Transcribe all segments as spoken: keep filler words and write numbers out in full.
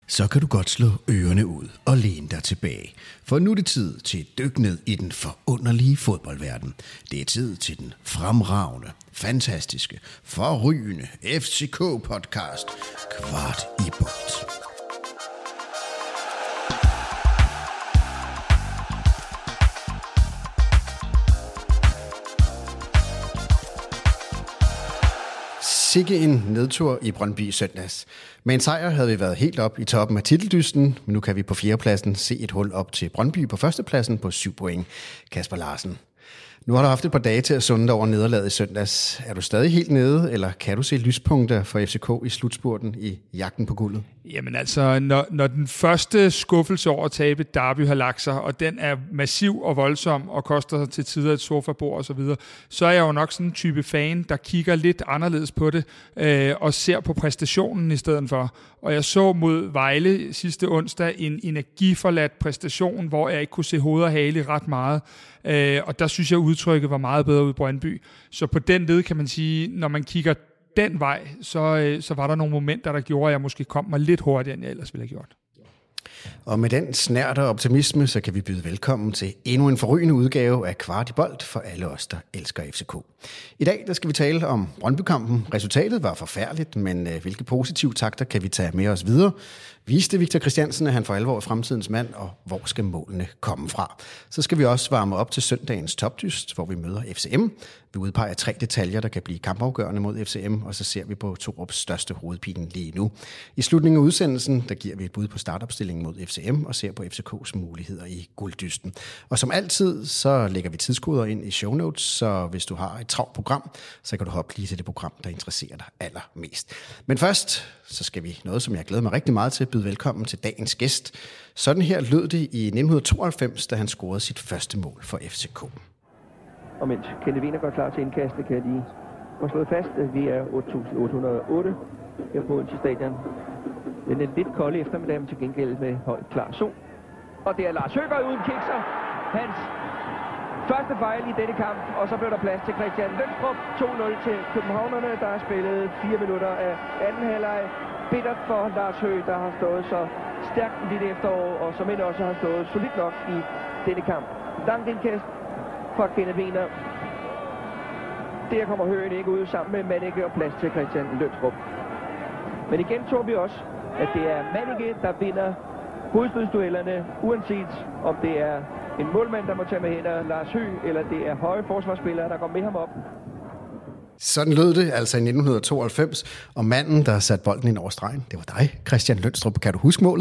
Så kan du godt slå ørerne ud og læne dig tilbage. For nu er det tid til et dyk ned i den forunderlige fodboldverden. Det er tid til den fremragende, fantastiske, forrygende F C K-podcast Kvart i bold. Sikke en nedtur i Brøndby i søndags. Med en sejr havde vi været helt op i toppen af titeldysten, men nu kan vi på fjerdepladsen se et hul op til Brøndby på førstepladsen på syv point. Kasper Larsen. Nu har du haft et par dage til at sunde over nederlaget i søndags. Er du stadig helt nede, eller kan du se lyspunkter for F C K i slutspurten i jagten på guldet? Jamen altså, når, når den første skuffelse over at tabe Derby har lagt sig, og den er massiv og voldsom og koster til tider et sofabord og så videre, så er jeg jo nok sådan en type fan, der kigger lidt anderledes på det øh, og ser på præstationen i stedet for. Og jeg så mod Vejle sidste onsdag en energiforladt præstation, hvor jeg ikke kunne se hoved og hale ret meget. Øh, og der synes jeg, udtrykket var meget bedre ud i Brøndby. Så på den led kan man sige, når man kigger den vej, så, så var der nogle momenter, der gjorde, at jeg måske kom mig lidt hurtigere, end jeg ellers ville have gjort. Og med den snert og optimisme, så kan vi byde velkommen til endnu en forrygende udgave af Kvart i bold for alle os, der elsker F C K. I dag der skal vi tale om Brøndby-kampen. Resultatet var forfærdeligt, men øh, hvilke positive takter kan vi tage med os videre? Viste Victor Christiansen, at han for alvor er fremtidens mand, og hvor skal målene komme fra? Så skal vi også varme op til søndagens topdyst, hvor vi møder F C M. Vi udpeger tre detaljer, der kan blive kampafgørende mod F C M, og så ser vi på Torups største hovedpine lige nu. I slutningen af udsendelsen, der giver vi et bud på startopstillingen mod F C M, og ser på F C K's muligheder i gulddysten. Og som altid, så lægger vi tidskoder ind i show notes, så hvis du har et travlt program, så kan du hoppe lige til det program, der interesserer dig allermest. Men først, så skal vi noget, som jeg glæder mig rigtig meget til, byde velkommen til dagens gæst. Sådan her lød det i nitten tooghalvfems, da han scorede sit første mål for F C K. Og mens Kenneth Wiener går klar til indkastet, kan jeg lige få slået fast, at vi er otte tusind otte hundrede og otte her på Odense Stadion. Den er lidt kold eftermiddag, men til gengæld med højt klar sol. Og det er Lars Høgberg uden kikser. Hans første fejl i denne kamp, og så blev der plads til Christian Lønstrup. to nul til københavnerne, der har spillet fire minutter af anden halvleg. Bittert for Lars Høgh, der har stået så stærkt i dit efterår, og som end også har stået solidt nok i denne kamp. Langt indkast fra Kenneth Wiener. Der kommer Høgh ikke ud sammen med Mannicke og plads til Christian Lønstrup. Men igen tror vi også, at det er Mannicke, der vinder hovedstødsduellerne, uanset om det er en målmand, der må tage med hænder, Lars Høgh, eller det er høje forsvarsspillere, der går med ham op. Sådan lød det altså i nitten tooghalvfems, og manden, der satte bolden ind over stregen, det var dig, Christian Lønstrup. Kan du huske målet?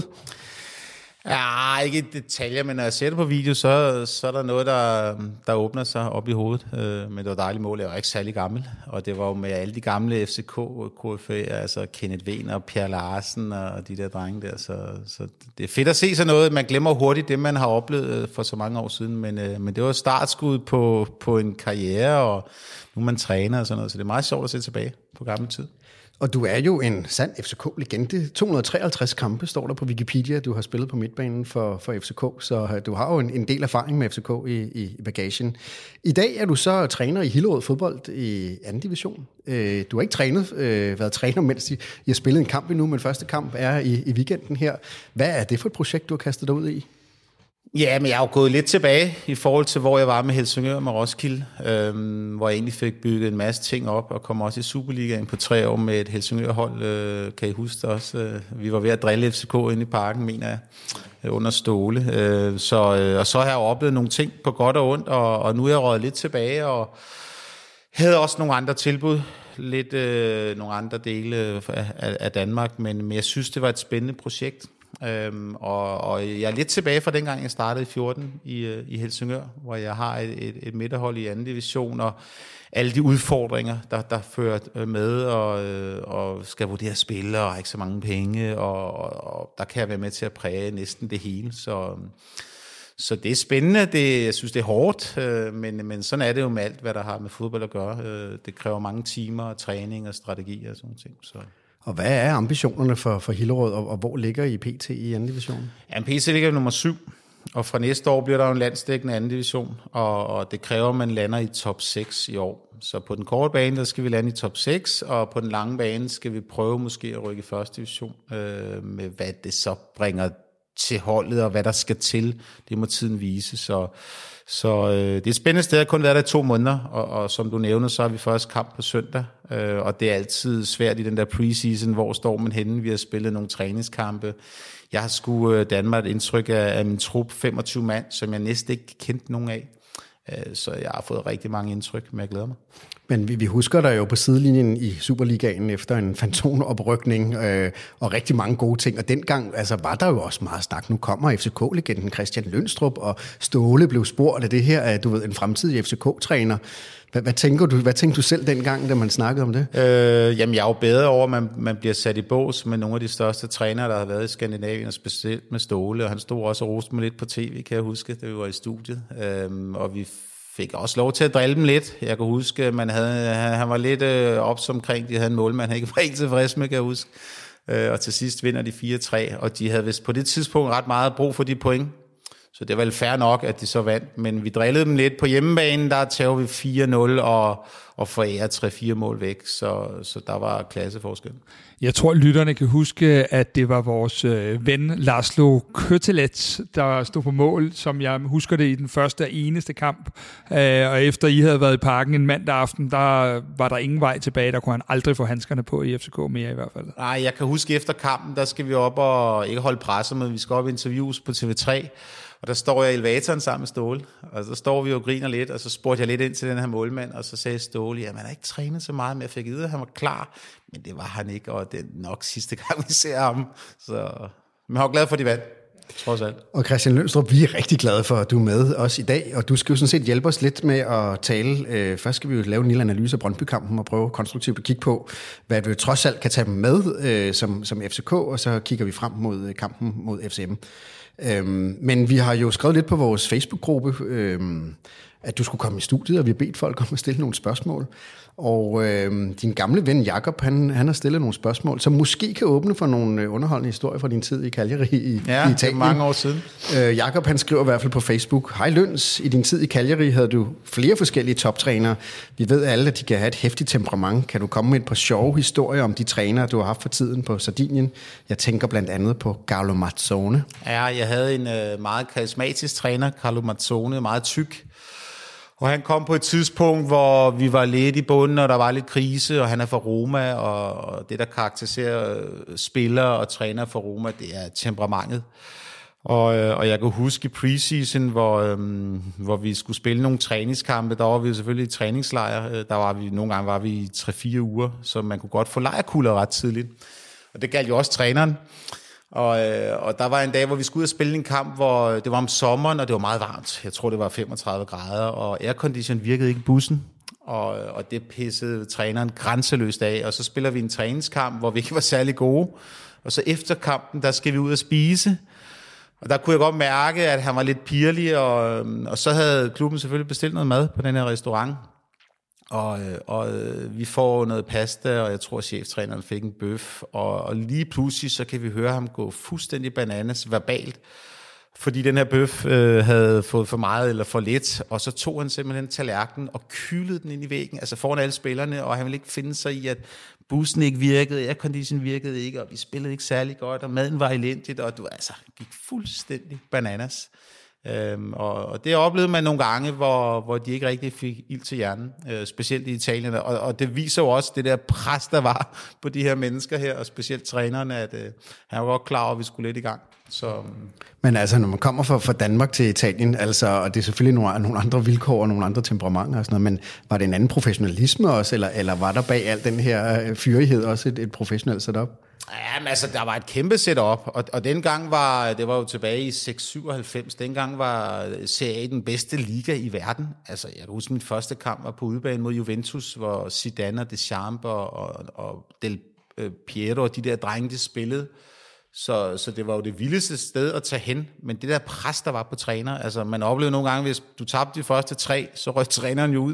Ja, ikke i detaljer, men når jeg ser det på video, så, så er der noget, der, der åbner sig op i hovedet. Øh, men det var dejligt mål. Jeg var ikke særlig gammel, og det var jo med alle de gamle F C K-K F A'er, altså Kenneth Wiener og Pierre Larsen og de der drenge der. Så, så det er fedt at se sådan noget. Man glemmer hurtigt det, man har oplevet for så mange år siden, men, øh, men det var startskud på, på en karriere, og nu er man træner og sådan noget, så det er meget sjovt at se tilbage på gammel tid. Og du er jo en sand F C K-legende. to hundrede og treoghalvtreds kampe står der på Wikipedia, du har spillet på midtbanen for, for F C K, så du har jo en, en del erfaring med F C K i, i bagagen. I dag er du så træner i Hillerød fodbold i anden division. Du har ikke trænet, været træner, mens I har spillet en kamp endnu, men første kamp er i, i weekenden her. Hvad er det for et projekt, du har kastet dig ud i? Ja, men jeg har jo gået lidt tilbage i forhold til, hvor jeg var med Helsingør med Roskilde, øhm, hvor jeg egentlig fik bygget en masse ting op, og kom også i Superligaen på tre år med et Helsingør-hold. Øh, kan I huske det også? Øh, vi var ved at drille F C K inde i parken, mener jeg, øh, under Ståle. Øh, så, øh, og så har jeg oplevet nogle ting på godt og ondt, og, og nu er jeg røget lidt tilbage, og havde også nogle andre tilbud, lidt øh, nogle andre dele af, af Danmark, men, men jeg synes, det var et spændende projekt. Øhm, og, og jeg er lidt tilbage fra dengang jeg startede i fjorten i, i Helsingør, hvor jeg har et, et, et midterhold i anden division, og alle de udfordringer, der, der fører med, og, og skal vurdere spillere, og ikke så mange penge, og, og, og der kan jeg være med til at præge næsten det hele, så, så det er spændende, det, jeg synes det er hårdt, men, men sådan er det jo med alt, hvad der har med fodbold at gøre. Det kræver mange timer, træning og strategi og sådan ting, så... Og hvad er ambitionerne for, for Hillerød, og, og hvor ligger I P T i anden division? Ja, P T ligger nummer syv, og fra næste år bliver der jo en landsdækkende anden division, og, og det kræver, at man lander i top seks i år. så på den korte bane, der skal vi lande i top seks, og på den lange bane skal vi prøve måske at rykke i første division, øh, med hvad det så bringer til holdet, og hvad der skal til. Det må tiden vise, så, så øh, det er et spændende sted at kun være der i to måneder, og, og som du nævner, så har vi først kamp på søndag, øh, og det er altid svært i den der preseason, hvor står man henne, vi har spillet nogle træningskampe. Jeg har sgu øh, Danmark et indtryk af, af min trup, femogtyve mand, som jeg næsten ikke kendte nogen af. Så jeg har fået rigtig mange indtryk, men jeg glæder mig. Men vi, vi husker dig jo på sidelinjen i Superligaen efter en fantonoprykning øh, og rigtig mange gode ting. Og dengang altså, var der jo også meget snak. Nu kommer F C K-legenden Christian Lønstrup, og Ståle blev spurgt af det her, at du ved, en fremtidig F C K-træner. Hvad, hvad, tænker du, hvad tænkte du selv dengang, da man snakkede om det? Øh, jamen, jeg er jo bedre over, at man, man bliver sat i bås med nogle af de største trænere, der har været i Skandinavien, og specielt med Ståle. Og han stod også og roste mig lidt på tv, kan jeg huske, da vi var i studiet. Øh, og vi fik også lov til at drille dem lidt. Jeg kan huske, at man havde, han var lidt øh, ops omkring, de havde en målmand, han ikke var helt tilfreds med, kan jeg huske. Øh, og til sidst vinder de fire tre, og de havde vist på det tidspunkt ret meget brug for de point. Så det var vel fair nok, at de så vandt. Men vi drillede dem lidt på hjemmebanen, der tager vi fire nul og, og forærer tre fire mål væk. Så, så der var klasseforskel. Jeg tror, lytterne kan huske, at det var vores øh, ven Laszlo Kötelet, der stod på mål, som jeg husker det i den første og eneste kamp. Øh, og efter I havde været i parken en mandag aften, der var der ingen vej tilbage. Der kunne han aldrig få handskerne på i F C K mere i hvert fald. Nej, jeg kan huske efter kampen, der skal vi op og ikke holde presset, men vi skal op og interviews på T V tre. Og der står jeg i elevatoren sammen med Ståle, og så står vi og griner lidt, og så spurgte jeg lidt ind til den her målmand, og så sagde Ståle, jamen han har ikke trænet så meget, men jeg fik at vide, at han var klar, men det var han ikke, og det er nok sidste gang, vi ser ham. Så men jeg er glad for, de vandt, trods alt. Og Christian Lønstrup, vi er rigtig glade for, at du er med os i dag, og du skal jo sådan set hjælpe os lidt med at tale. Først skal vi jo lave en lille analyse af Brøndby-kampen og prøve konstruktivt at kigge på, hvad du trods alt kan tage dem med som, som F C K, og så kigger vi frem mod kampen mod F C M. Øhm, men vi har jo skrevet lidt på vores Facebook-gruppe, øhm, at du skulle komme i studiet, og vi har bedt folk om at stille nogle spørgsmål. Og øhm, din gamle ven Jakob, han, han har stillet nogle spørgsmål, som måske kan åbne for nogle underholdende historier fra din tid i Cagliari i, ja, i Italien. mange år siden. Øh, Jakob, han skriver i hvert fald på Facebook, hej Løns, i din tid i Cagliari havde du flere forskellige toptrænere. Vi ved alle, at de kan have et hæftigt temperament. Kan du komme med et par sjove historier om de trænere, du har haft for tiden på Sardinien? Jeg tænker blandt andet på Carlo Mazzone. Ja, jeg havde en øh, meget karismatisk træner, Carlo Mazzone, meget tyk. Og han kom på et tidspunkt, hvor vi var lidt i bunden, og der var lidt krise, og han er fra Roma, og det, der karakteriserer spillere og træner fra Roma, det er temperamentet. Og, og jeg kan huske i preseason, hvor, øhm, hvor vi skulle spille nogle træningskampe, der var vi selvfølgelig i træningslejr. Der var vi, nogle gange var vi i tre fire uger, så man kunne godt få lejrkulder ret tidligt. Og det galt jo også træneren. Og, og der var en dag, hvor vi skulle ud og spille en kamp, hvor det var om sommeren, og det var meget varmt. Jeg tror, det var femogtredive grader, og aircondition virkede ikke i bussen. Og, og det pissede træneren grænseløst af. Og så spiller vi en træningskamp, hvor vi ikke var særlig gode. Og så efter kampen, der skal vi ud og spise. Og der kunne jeg godt mærke, at han var lidt pirlig, og, og så havde klubben selvfølgelig bestilt noget mad på den her restaurant. Og, og vi får noget pasta, og jeg tror, at cheftræneren fik en bøf, og, og lige pludselig, så kan vi høre ham gå fuldstændig bananas verbalt, fordi den her bøf øh, havde fået for meget eller for lidt, og så tog han simpelthen tallerkenen og kylede den ind i væggen, altså foran alle spillerne, og han ville ikke finde sig i, at bussen ikke virkede, aircondition virkede ikke, og vi spillede ikke særlig godt, og maden var elendigt, og du altså gik fuldstændig bananas. Øhm, og, og det oplevede man nogle gange, hvor, hvor de ikke rigtig fik ild til hjernen, øh, specielt i Italien, og, og det viser jo også det der pres, der var på de her mennesker her, og specielt trænerne, at øh, han var godt klar over, at vi skulle lidt i gang. Så, Men altså, når man kommer fra, fra Danmark til Italien, altså, og det er selvfølgelig nogle, nogle andre vilkår og nogle andre temperamenter og sådan noget, men var det en anden professionalisme også, eller, eller var der bag al den her fyrighed også et, et professionelt setup? Ja, men altså, der var et kæmpe setup, og, og dengang var, det var jo tilbage i seks syvoghalvfems, dengang var Serie A den bedste liga i verden. Altså, jeg kan huske, min første kamp var på udebane mod Juventus, hvor Zidane og Deschamps og, og, og Del Piero og de der drenge, de spillede. Så, så det var jo det vildeste sted at tage hen, men det der pres, der var på træner, altså man oplevede nogle gange, hvis du tabte de første tre, så røg træneren jo ud.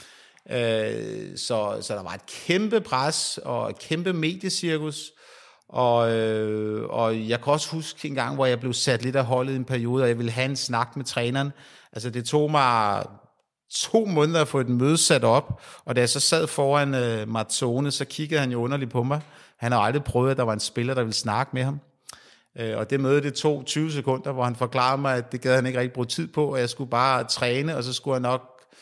Øh, så, så der var et kæmpe pres og et kæmpe mediecirkus, og, øh, og jeg kan også huske en gang, hvor jeg blev sat lidt af holdet i en periode, og jeg ville have en snak med træneren. Altså det tog mig to måneder at få et møde sat op, og da jeg så sad foran øh, Mazzone, så kiggede han jo underligt på mig. Han har aldrig prøvet, at der var en spiller, der ville snakke med ham. Øh, og det møde, det tog tyve sekunder, hvor han forklarede mig, at det gad han ikke rigtig bruge tid på, og jeg skulle bare træne, og så skulle jeg nok,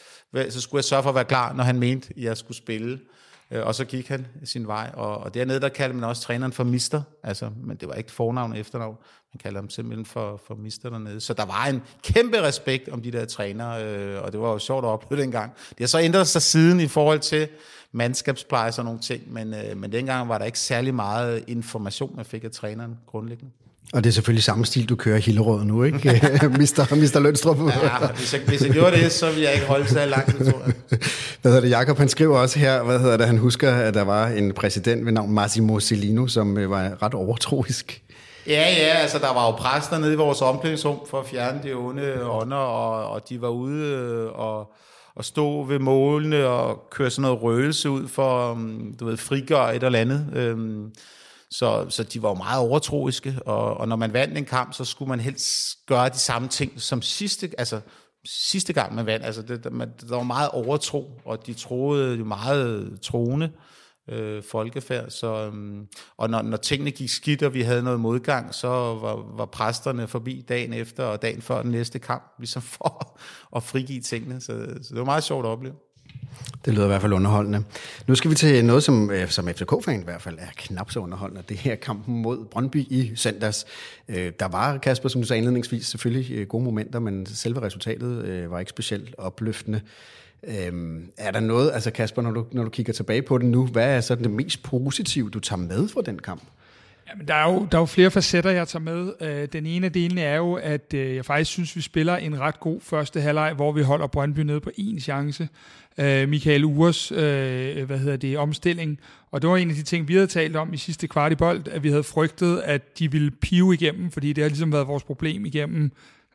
så skulle jeg sørge for at være klar, når han mente, at jeg skulle spille. Øh, og så gik han sin vej, og, og dernede, der kaldte man også træneren for mister, altså, men det var ikke fornavn og efternavn. Man kalder ham simpelthen for, for mister dernede. Så der var en kæmpe respekt om de der trænere, øh, og det var jo sjovt at opleve dengang. Det har så ændret sig siden i forhold til mandskabspleje og sådan nogle ting, men, øh, men dengang var der ikke særlig meget information, man fik af træneren grundlæggende. Og det er selvfølgelig samme stil, du kører i Hillerød nu, ikke? mister, mister Lønstrup. Ja, hvis jeg, hvis jeg gjorde det, så ville jeg ikke holde så langt. Hvad hedder det? Jakob, han skriver også her, hvad hedder det, han husker, at der var en præsident ved navn Massimo Cellino, som var ret overtroisk. Ja, ja, altså der var jo præster nede i vores omklædningsrum for at fjerne de onde ånder, og, og de var ude og, og stå ved målene og køre sådan noget røgelse ud for, du ved, frigøre et eller andet. Øhm, så, så de var jo meget overtroiske, og, og når man vandt en kamp, så skulle man helst gøre de samme ting som sidste, altså sidste gang man vandt. Altså det, der, der var meget overtro, og de troede jo meget troende. Øh, folkefærd, så, øhm, og når, når tingene gik skidt, og vi havde noget modgang, så var, var præsterne forbi dagen efter og dagen før den næste kamp, ligesom for at frigive tingene, så, så det var meget sjovt at opleve. Det lyder i hvert fald underholdende. Nu skal vi til noget, som, som F C K-fan i hvert fald er knap så underholdende. Det her kampen mod Brøndby i søndags. Der var, Kasper, som du sagde indledningsvis, selvfølgelig gode momenter, men selve resultatet var ikke specielt opløftende. Øhm, er der noget, altså Kasper, når du, når du kigger tilbage på det nu, hvad er så det mest positive, du tager med fra den kamp? Jamen, der er jo der er jo flere facetter, jeg tager med. Den ene af delene er jo, at jeg faktisk synes, vi spiller en ret god første halvleg, hvor vi holder Brøndby nede på én chance. Michael Ures, hvad hedder det, omstilling. Og det var en af de ting, vi havde talt om i sidste kvart i bold, at vi havde frygtet, at de ville pive igennem, fordi det har ligesom været vores problem igennem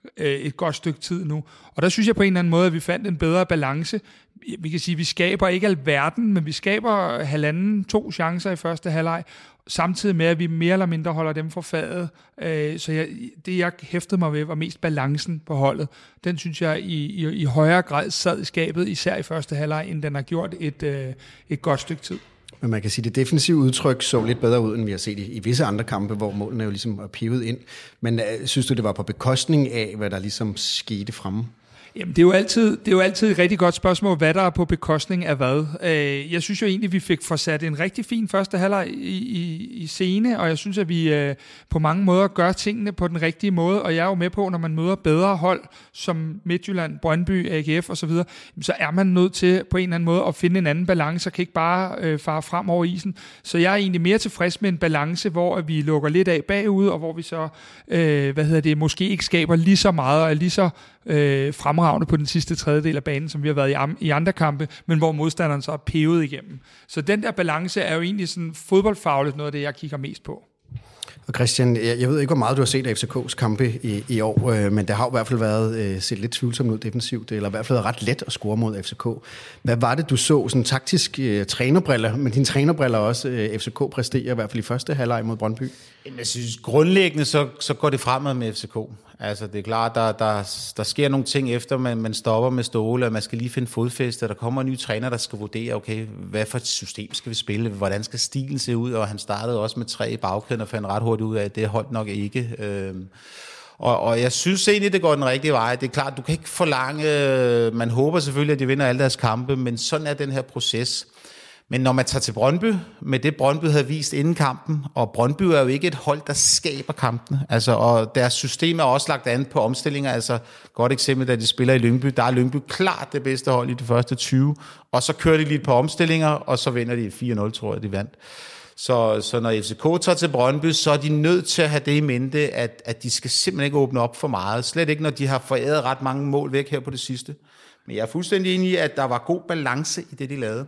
et godt stykke tid nu. Og der synes jeg på en eller anden måde, at vi fandt en bedre balance. Vi kan sige, at vi skaber ikke alverden, men vi skaber halvanden, to chancer i første halvleg, samtidig med, at vi mere eller mindre holder dem for fadet. Så jeg, det, jeg hæftede mig ved, var mest balancen på holdet. Den synes jeg i, i, i højere grad sad i skabet, især i første halvleg, end den har gjort et, et godt stykke tid. Men man kan sige, at det defensive udtryk så lidt bedre ud, end vi har set i, i visse andre kampe, hvor målene jo ligesom er pivet ind. Men uh, synes du, det var på bekostning af, hvad der ligesom skete fremme? Jamen, det er jo altid, det er jo altid et rigtig godt spørgsmål, hvad der er på bekostning af hvad. Jeg synes jo egentlig, vi fik forsat en rigtig fin første halvleg i, i, i scene, og jeg synes, at vi på mange måder gør tingene på den rigtige måde, og jeg er jo med på, når man møder bedre hold, som Midtjylland, Brøndby, A G F osv., så er man nødt til på en eller anden måde at finde en anden balance, og kan ikke bare øh, fare frem over isen. Så jeg er egentlig mere tilfreds med en balance, hvor vi lukker lidt af bagud, og hvor vi så, øh, hvad hedder det, måske ikke skaber lige så meget, og er lige så øh, fremragende på den sidste tredjedel af banen, som vi har været i, am- i andre kampe, men hvor modstanderen så er pevet igennem. Så den der balance er jo egentlig sådan fodboldfagligt noget af det, jeg kigger mest på. Og Christian, jeg, jeg ved ikke, hvor meget du har set af F C K's kampe i, i år, øh, men det har jo i hvert fald været øh, set lidt tvivlsomt ud defensivt, eller i hvert fald været ret let at score mod F C K. Hvad var det, du så sådan taktisk øh, trænerbriller, men dine trænerbriller også øh, F C K præsterer, i hvert fald i første halvleg mod Brøndby? Jeg synes, grundlæggende så, så går det fremad med F C K. Altså, det er klart, der, der, der sker nogle ting efter, man, man stopper med Ståle, og man skal lige finde fodfæste, der kommer en ny træner, der skal vurdere, okay, hvad for et system skal vi spille, hvordan skal stilen se ud, og han startede også med tre i bagkæden, og fandt ret hurtigt ud af, at det holdt nok ikke. Øhm, og, og jeg synes egentlig, det går den rigtige vej. Det er klart, du kan ikke forlange, man håber selvfølgelig, at de vinder alle deres kampe, men sådan er den her proces. Men når man tager til Brøndby, med det Brøndby havde vist inden kampen, og Brøndby er jo ikke et hold, der skaber kampene, altså, og deres system er også lagt an på omstillinger, altså godt eksempel, da de spiller i Lyngby, der er Lyngby klart det bedste hold i de første tyve, og så kører de lige på omstillinger, og så vinder de fire nul, tror jeg, de vandt. Så, så når F C K tager til Brøndby, så er de nødt til at have det i mente, at, at de skal simpelthen ikke åbne op for meget, slet ikke når de har foræret ret mange mål væk her på det sidste. Men jeg er fuldstændig enig i, at der var god balance i det, de lavede.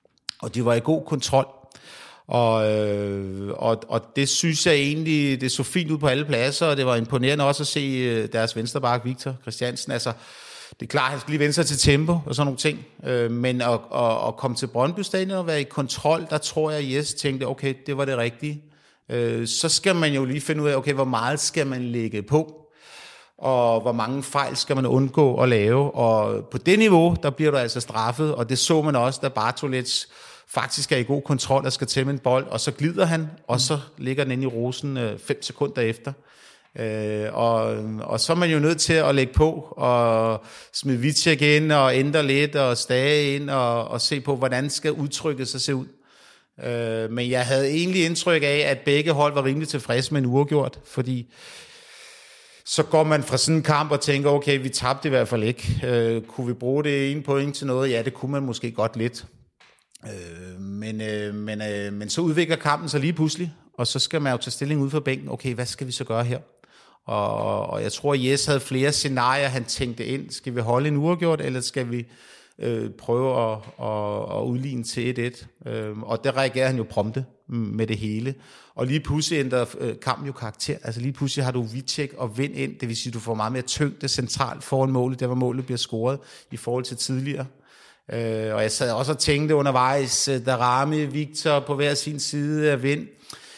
Og de var i god kontrol, og, øh, og, og det synes jeg egentlig, det så fint ud på alle pladser, og det var imponerende også at se deres venstreback, Victor Christiansen. Altså, det er klart, han skal lige vende sig til tempo og sådan nogle ting, øh, men at, at, at komme til Brøndby Stadion og være i kontrol, der tror jeg, Jes tænkte, okay, det var det rigtige. Øh, så skal man jo lige finde ud af, okay, hvor meget skal man lægge på? og hvor mange fejl skal man undgå at lave. Og på det niveau, der bliver du altså straffet, og det så man også, da Bartolets faktisk er i god kontrol og skal tæmme en bold, og så glider han, og så ligger den inde i rosen øh, fem sekunder efter. Øh, og, og så er man jo nødt til at lægge på og smide Vicek ind og ændre lidt og Stage ind og, og se på, hvordan skal udtrykket så se ud. Øh, men jeg havde egentlig indtryk af, at begge hold var rimelig tilfredse med en uafgjort, fordi så går man fra sådan en kamp og tænker, okay, vi tabte i hvert fald ikke. Øh, kunne vi bruge det ene point til noget? Ja, det kunne man måske godt lidt. Øh, men, øh, men, øh, men så udvikler kampen sig lige pludselig, og så skal man jo tage stilling ud for bænken. Okay, hvad skal vi så gøre her? Og, og jeg tror, at Jes havde flere scenarier, han tænkte ind. Skal vi holde en uafgjort, eller skal vi øh, prøve at, at, at udligne til et-et? Øh, og der reagerer han jo prompte med det hele. Og lige pludselig ændrer øh, kampen jo karakter. Altså lige pludselig har du Vicek og Vind ind, det vil sige, at du får meget mere tyngde centralt foran målet, der hvor målet bliver scoret i forhold til tidligere. Øh, og jeg sad også og tænkte undervejs, Daramy, Victor på hver sin side af Vind.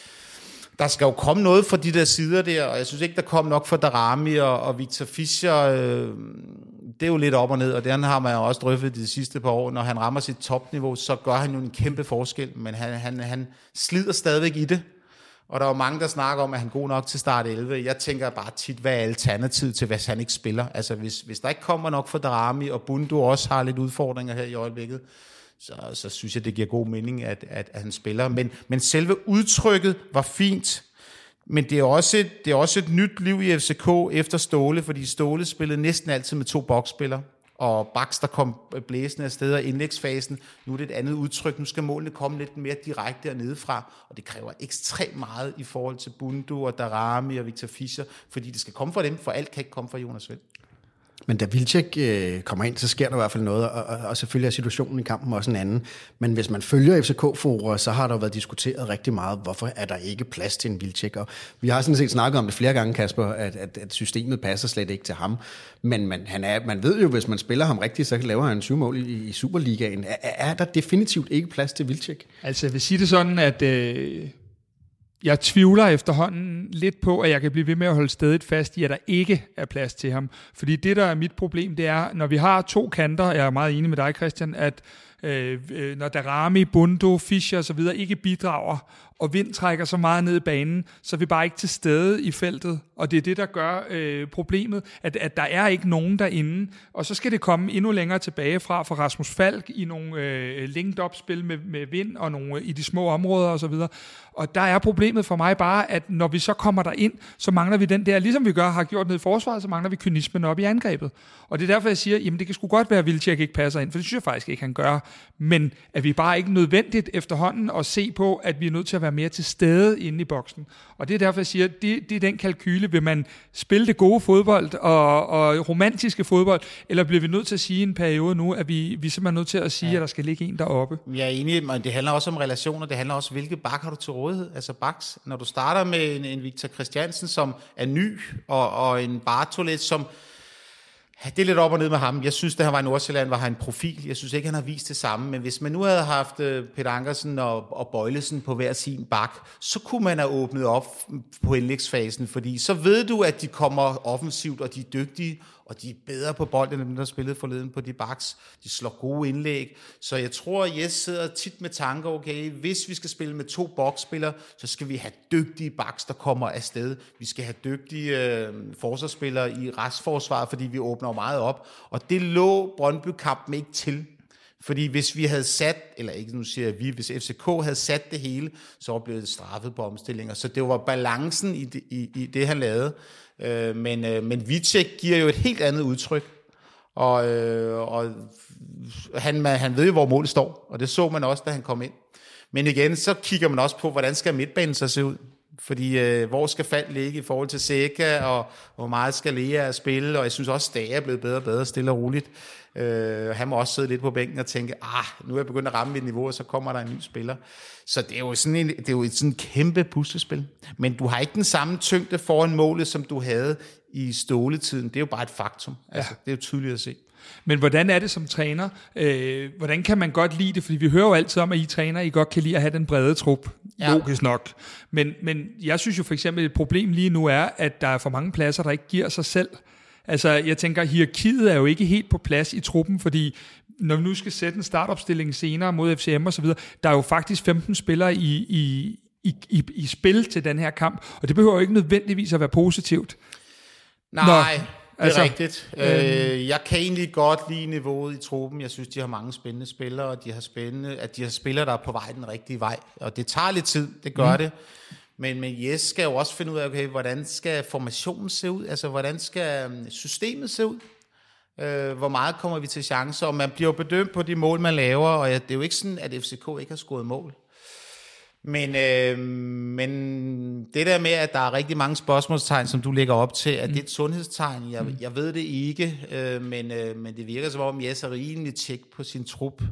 Der skal jo komme noget fra de der sider der, og jeg synes ikke, der kom nok fra Daramy og, og Victor Fischer. Øh, det er jo lidt op og ned, og den har man jo også drøftet de sidste par år. Når han rammer sit topniveau, så gør han jo en kæmpe forskel, men han, han, han slider stadigvæk i det. Og der er jo mange, der snakker om, at han er god nok til start elleve. Jeg tænker bare tit, hvad er alternativet til, hvis han ikke spiller? Altså, hvis, hvis der ikke kommer nok for Daramy, og Bundu også har lidt udfordringer her i øjeblikket, så, så synes jeg, det giver god mening, at, at, at han spiller. Men, men selve udtrykket var fint, men det er, også et, det er også et nyt liv i F C K efter Ståle, fordi Ståle spillede næsten altid med to boksspillere, og Baxter kom blæsende af steder i indlægsfasen. Nu er det et andet udtryk. Nu skal målene komme lidt mere direkte dernede fra, og det kræver ekstremt meget i forhold til Bundu og Daramy og Victor Fischer, fordi det skal komme fra dem, for alt kan ikke komme fra Jonas Vind. Men da Wilczek øh, kommer ind, så sker der i hvert fald noget, og, og, og selvfølgelig er situationen i kampen også en anden. Men hvis man følger F C K-forer, så har der været diskuteret rigtig meget, hvorfor er der ikke plads til en Wilczek. Og vi har sådan set snakket om det flere gange, Kasper, at, at, at systemet passer slet ikke til ham. Men man, han er, man ved jo, hvis man spiller ham rigtigt, så laver han syv mål i, i Superligaen. Er, er der definitivt ikke plads til Wilczek? Altså jeg vil sige det sådan, at øh, jeg tvivler efterhånden lidt på, at jeg kan blive ved med at holde stedet fast i, at der ikke er plads til ham. Fordi det, der er mit problem, det er, når vi har to kanter, jeg er meget enig med dig, Christian, at øh, når Daramy, Bundu, Fischer og så videre ikke bidrager, og Vind trækker så meget ned i banen, så er vi bare ikke til stede i feltet. Og det er det, der gør øh, problemet, at, at der er ikke nogen derinde. Og så skal det komme endnu længere tilbage fra, fra Rasmus Falk i nogle øh, linked-up-spil med, med Vind og nogle øh, i de små områder og så videre. Og der er problemet for mig bare, at når vi så kommer der ind, så mangler vi den der, ligesom vi gør, har gjort ned i forsvaret, så mangler vi kynismen op i angrebet. Og det er derfor, jeg siger, jamen det kan sgu godt være, at Wilczek ikke passer ind, for det synes jeg faktisk ikke, han gør. Men at vi bare ikke nødvendigt efterhånden at se på, at vi er nødt til at være mere til stede inde i boksen. Og det er derfor, jeg siger, at det, det er den kalkyle. Vil man spille det gode fodbold og, og romantiske fodbold, eller bliver vi nødt til at sige i en periode nu, at vi, vi er simpelthen nødt til at sige, ja. At der skal ligge en deroppe? Jeg er enig, men det handler også om relationer. Det handler også, hvilke bak har du til rådighed? Altså baks, når du starter med en, en Victor Christiansen, som er ny, og, og en Bartolet, som det er lidt op og ned med ham. Jeg synes, da han var i Nordsjælland, var han en profil. Jeg synes ikke, han har vist det samme. Men hvis man nu havde haft Peter Ankersen og, og Bøjlesen på hver sin bak, så kunne man have åbnet op på indlægsfasen, fordi så ved du, at de kommer offensivt, og de er dygtige, og de er bedre på bolden, end dem, der spillede forleden på de baks. De slår gode indlæg. Så jeg tror, at Jes sidder tit med tanker, okay, hvis vi skal spille med to boksspillere, så skal vi have dygtige baks, der kommer afsted. Vi skal have dygtige øh, forsvarsspillere i restforsvaret, fordi vi åbner meget op. Og det lå Brøndby-kampen ikke til. Fordi hvis vi havde sat, eller ikke nu siger jeg vi, hvis F C K havde sat det hele, så blev det straffet på omstillinger. Så det var balancen i det, i, i det han lavede. Øh, men, øh, men Vicek giver jo et helt andet udtryk. Og, øh, og han, man, han ved jo, hvor målet står. Og det så man også, da han kom ind. Men igen, så kigger man også på, hvordan skal midtbanen så se ud? Fordi øh, hvor skal Falk ligge i forhold til Seca, og hvor meget skal Lea spille? Og jeg synes også, Stage er blevet bedre og bedre, stille og roligt. Øh, han må også sidde lidt på bænken og tænke, ah, nu er jeg begyndt at ramme mit niveau, og så kommer der en ny spiller. Så det er jo sådan en, det er jo et sådan kæmpe puslespil. Men du har ikke den samme tyngde foran målet, som du havde i Ståletiden. Det er jo bare et faktum. Altså, ja. Det er jo tydeligt at se. Men hvordan er det som træner? Øh, hvordan kan man godt lide det? Fordi vi hører jo altid om, at I træner, I godt kan lide at have den brede trup. Ja. Logisk nok. Men, men jeg synes jo for eksempel, et problem lige nu er, at der er for mange pladser, der ikke giver sig selv. Altså, jeg tænker, hierarkiet er jo ikke helt på plads i truppen, fordi når vi nu skal sætte en startopstilling senere mod F C M og så videre, der er jo faktisk femten spillere i, i, i, i, i spil til den her kamp, og det behøver jo ikke nødvendigvis at være positivt. Nej, Nå, det er altså, rigtigt. Øh, øh, jeg kan egentlig godt lide niveauet i truppen. Jeg synes, de har mange spændende spillere, og de har spændende, at de har spillere, der er på vej den rigtige vej. Og det tager lidt tid, det gør mm. det. Men, men Jes skal jo også finde ud af, okay, hvordan skal formationen se ud? Altså, hvordan skal systemet se ud? Øh, hvor meget kommer vi til chancer? Og man bliver jo bedømt på de mål, man laver, og det er jo ikke sådan, at F C K ikke har scoret mål. Men, øh, men det der med, at der er rigtig mange spørgsmålstegn, som du lægger op til, er det et sundhedstegn? Jeg, jeg ved det ikke, øh, men, øh, men det virker som om, Jes er rimelig tjek på sin trup.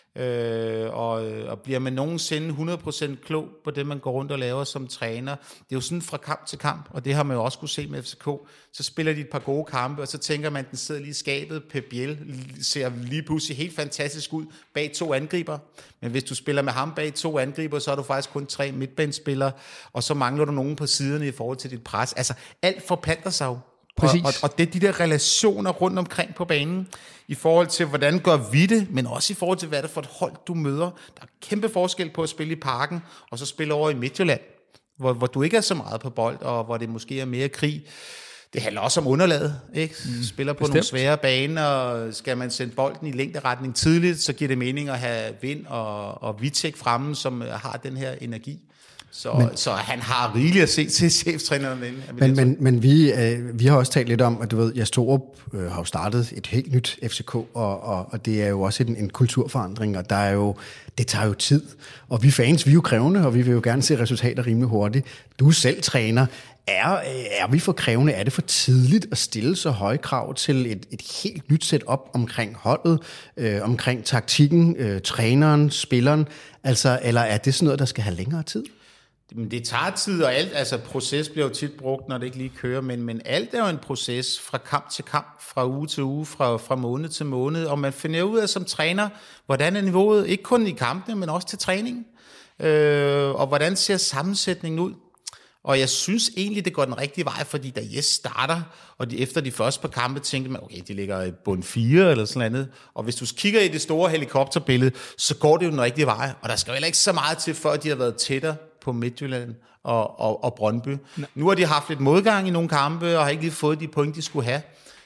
Øh, og, og bliver man nogensinde hundrede procent klog på det, man går rundt og laver som træner. Det er jo sådan fra kamp til kamp, og det har man jo også kunne se med F C K. Så spiller de et par gode kampe, og så tænker man, at den sidder lige i skabet. Pep Biel ser lige pludselig helt fantastisk ud bag to angriber. Men hvis du spiller med ham bag to angriber, så har du faktisk kun tre midtbanespillere, og så mangler du nogen på siderne i forhold til dit pres. Altså, alt forplanter sig jo. Og, og, og det er de der relationer rundt omkring på banen, i forhold til, hvordan gør vi det, men også i forhold til, hvad det er for et hold, du møder. Der er kæmpe forskel på at spille i Parken, og så spille over i Midtjylland, hvor, hvor du ikke er så meget på bold, og hvor det måske er mere krig. Det handler også om underlaget, ikke? Spiller på Bestemt. Nogle svære baner, og skal man sende bolden i længderetning tidligt, så giver det mening at have Vind og, og Vitek fremme, som har den her energi. Så, men, så han har rigeligt at se til cheftræneren inden. Men, men, men vi, øh, vi har også talt lidt om, at du ved, Jes Torup øh, har jo startet et helt nyt F C K, og, og, og det er jo også en, en kulturforandring, og der er jo, det tager jo tid. Og vi fans, vi er jo krævende, og vi vil jo gerne se resultater rimelig hurtigt. Du er selv træner. Er, er vi for krævende? Er det for tidligt at stille så høje krav til et, et helt nyt setup omkring holdet, øh, omkring taktikken, øh, træneren, spilleren? Altså, eller er det sådan noget, der skal have længere tid? Men det tager tid, og alt, altså proces bliver jo tit brugt, når det ikke lige kører, men, men alt er jo en proces fra kamp til kamp, fra uge til uge, fra, fra måned til måned, og man finder ud af som træner, hvordan er niveauet, ikke kun i kampene, men også til træningen, øh, og hvordan ser sammensætningen ud. Og jeg synes egentlig, det går den rigtige vej, fordi da Jes starter, og de, efter de første par kampe, tænkte man, okay, de ligger i bund fire eller sådan noget. Og hvis du kigger i det store helikopterbillede, så går det jo den rigtige vej. Og der skal jo heller ikke så meget til, før de har været tættere på Midtjylland og, og, og Brøndby. Nej. Nu har de haft lidt modgang i nogle kampe, og har ikke lige fået de point, de skulle have.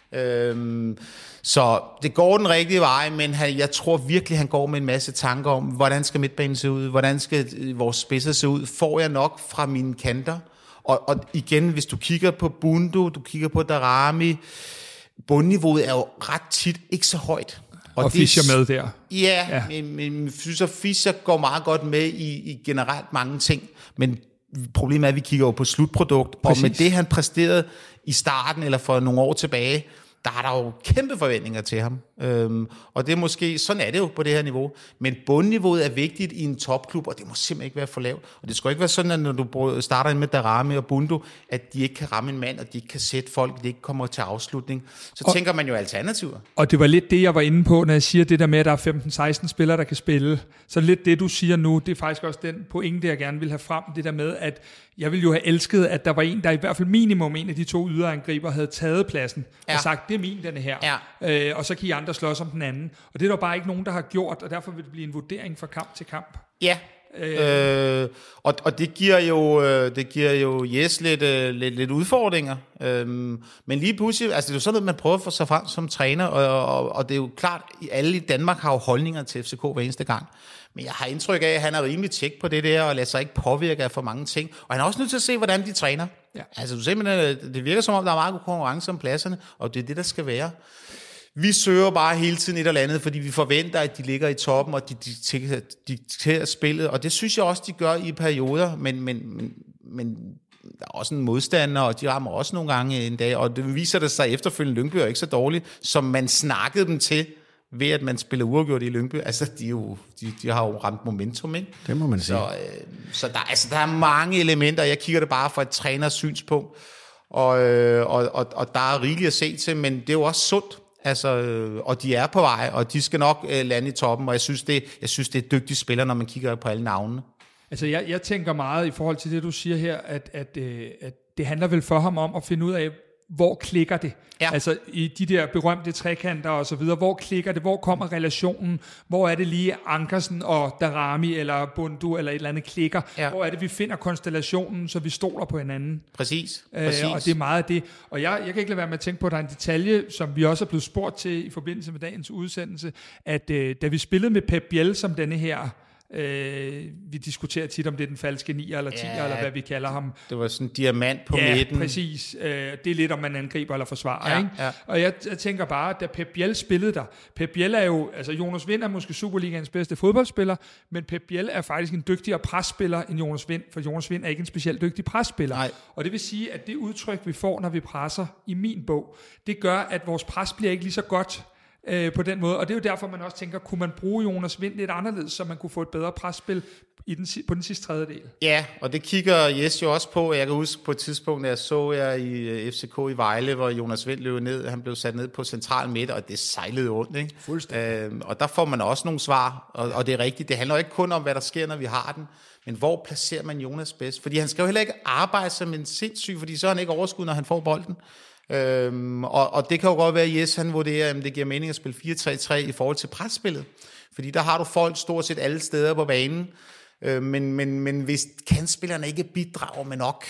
Øhm, så det går den rigtige vej, men han, jeg tror virkelig, han går med en masse tanker om, hvordan skal midtbanen se ud, hvordan skal vores spidser se ud, får jeg nok fra mine kanter? Og, og igen, hvis du kigger på Bundu, du kigger på Darami, bundniveauet er jo ret tit ikke så højt. Og, og Fischer med der. Ja, ja. Men, men jeg synes, at Fischer går meget godt med i, i generelt mange ting, men problemet er, at vi kigger jo på slutprodukt, Præcis. Og med det, han præsterede i starten, eller for nogle år tilbage, der er der jo kæmpe forventninger til ham. Øhm, og det er måske, sådan er det jo på det her niveau. Men bundniveauet er vigtigt i en topklub, og det må simpelthen ikke være for lavt. Og det skal ikke være sådan, at når du starter med Darami og Bundu, at de ikke kan ramme en mand, og de ikke kan sætte folk, de ikke kommer til afslutning. Så og, tænker man jo alternativer. Og det var lidt det, jeg var inde på, når jeg siger det der med, at der er femten seksten spillere, der kan spille. Så lidt det, du siger nu, det er faktisk også den pointe, jeg gerne vil have frem. Det der med, at jeg ville jo have elsket, at der var en, der i hvert fald minimum en af de to yderangriber havde taget pladsen ja. Og sagt, det er min, denne her. Ja. Øh, og så kan I andre slås om den anden. Og det er der bare ikke nogen, der har gjort, og derfor vil det blive en vurdering fra kamp til kamp. Ja, øh, og, og det giver jo, det giver jo Jes lidt, lidt, lidt udfordringer. Øh, men lige pludselig, altså det er jo sådan noget, man prøver for sig frem som træner, og, og, og det er jo klart, at alle i Danmark har jo holdninger til F C K hver eneste gang. Men jeg har indtryk af, at han er rimelig tjek på det der, og lader sig ikke påvirke af for mange ting. Og han er også nødt til at se, hvordan de træner. Ja. Altså du simpelthen, det virker som om, der er meget god konkurrence om pladserne, og det er det, der skal være. Vi søger bare hele tiden et eller andet, fordi vi forventer, at de ligger i toppen, og de dikterer spillet, og det synes jeg også, de gør i perioder, men, men, men, men der er også en modstander, og de rammer også nogle gange en dag, og det viser det sig efterfølgende, Lyngby er ikke så dårligt, som man snakkede dem til, ved at man spiller uafgjort i Lyngby. Altså, de, jo, de, de har jo ramt momentum, ikke? Det må man sige. Så, øh, så der, altså, der er mange elementer. Jeg kigger det bare fra et træners synspunkt, og, øh, og, og, og der er rigeligt at se til, men det er jo også sundt. Altså, øh, og de er på vej, og de skal nok øh, lande i toppen, og jeg synes, det, jeg synes, det er dygtige spillere, når man kigger på alle navnene. Altså, jeg, jeg tænker meget i forhold til det, du siger her, at, at, øh, at det handler vel for ham om at finde ud af, hvor klikker det? Ja. Altså i de der berømte trekanter og så videre, hvor klikker det? Hvor kommer relationen? Hvor er det lige Ankersen og Daramy eller Bundu eller et eller andet klikker? Ja. Hvor er det, vi finder konstellationen, så vi stoler på hinanden? Præcis. Præcis. Øh, og det er meget af det. Og jeg, jeg kan ikke lade være med at tænke på, at der er en detalje, som vi også er blevet spurgt til i forbindelse med dagens udsendelse, at øh, da vi spillede med Pep Biel som denne her, Øh, vi diskuterer tit, om det er den falske nier eller tier, ja, eller hvad vi kalder ham. Det var sådan en diamant på ja, midten. Ja, præcis. Øh, det er lidt, om man angriber eller forsvarer. Ja, ikke? ja. Og jeg, jeg tænker bare, da Pep Biel spillede der, Pep Biel er jo, altså Jonas Wind er måske Superligaens bedste fodboldspiller, men Pep Biel er faktisk en dygtigere presspiller end Jonas Wind, for Jonas Wind er ikke en specielt dygtig presspiller. Nej. Og det vil sige, at det udtryk, vi får, når vi presser i min bog, det gør, at vores pres bliver ikke lige så godt, Øh, på den måde, og det er jo derfor, man også tænker, kunne man bruge Jonas Wind lidt anderledes, så man kunne få et bedre presspil i den, på den sidste tredjedel? Ja, og det kigger Jes jo også på. Jeg kan huske på et tidspunkt, da jeg så jer i F C K i Vejle, hvor Jonas Wind løb ned, han blev sat ned på central midt, og det sejlede ondt, ikke? Fuldstændig. Øh, og der får man også nogle svar, og, og det er rigtigt, det handler jo ikke kun om, hvad der sker, når vi har den, men hvor placerer man Jonas bedst? Fordi han skal jo heller ikke arbejde som en sindssyg, fordi så er han ikke overskud, når han får bolden. Øhm, og, og det kan jo godt være, at Jes han vurderer, at det giver mening at spille fire tre tre i forhold til presspillet. Fordi der har du folk stort set alle steder på banen. Øh, men, men, men hvis kantspillerne ikke bidrager med nok,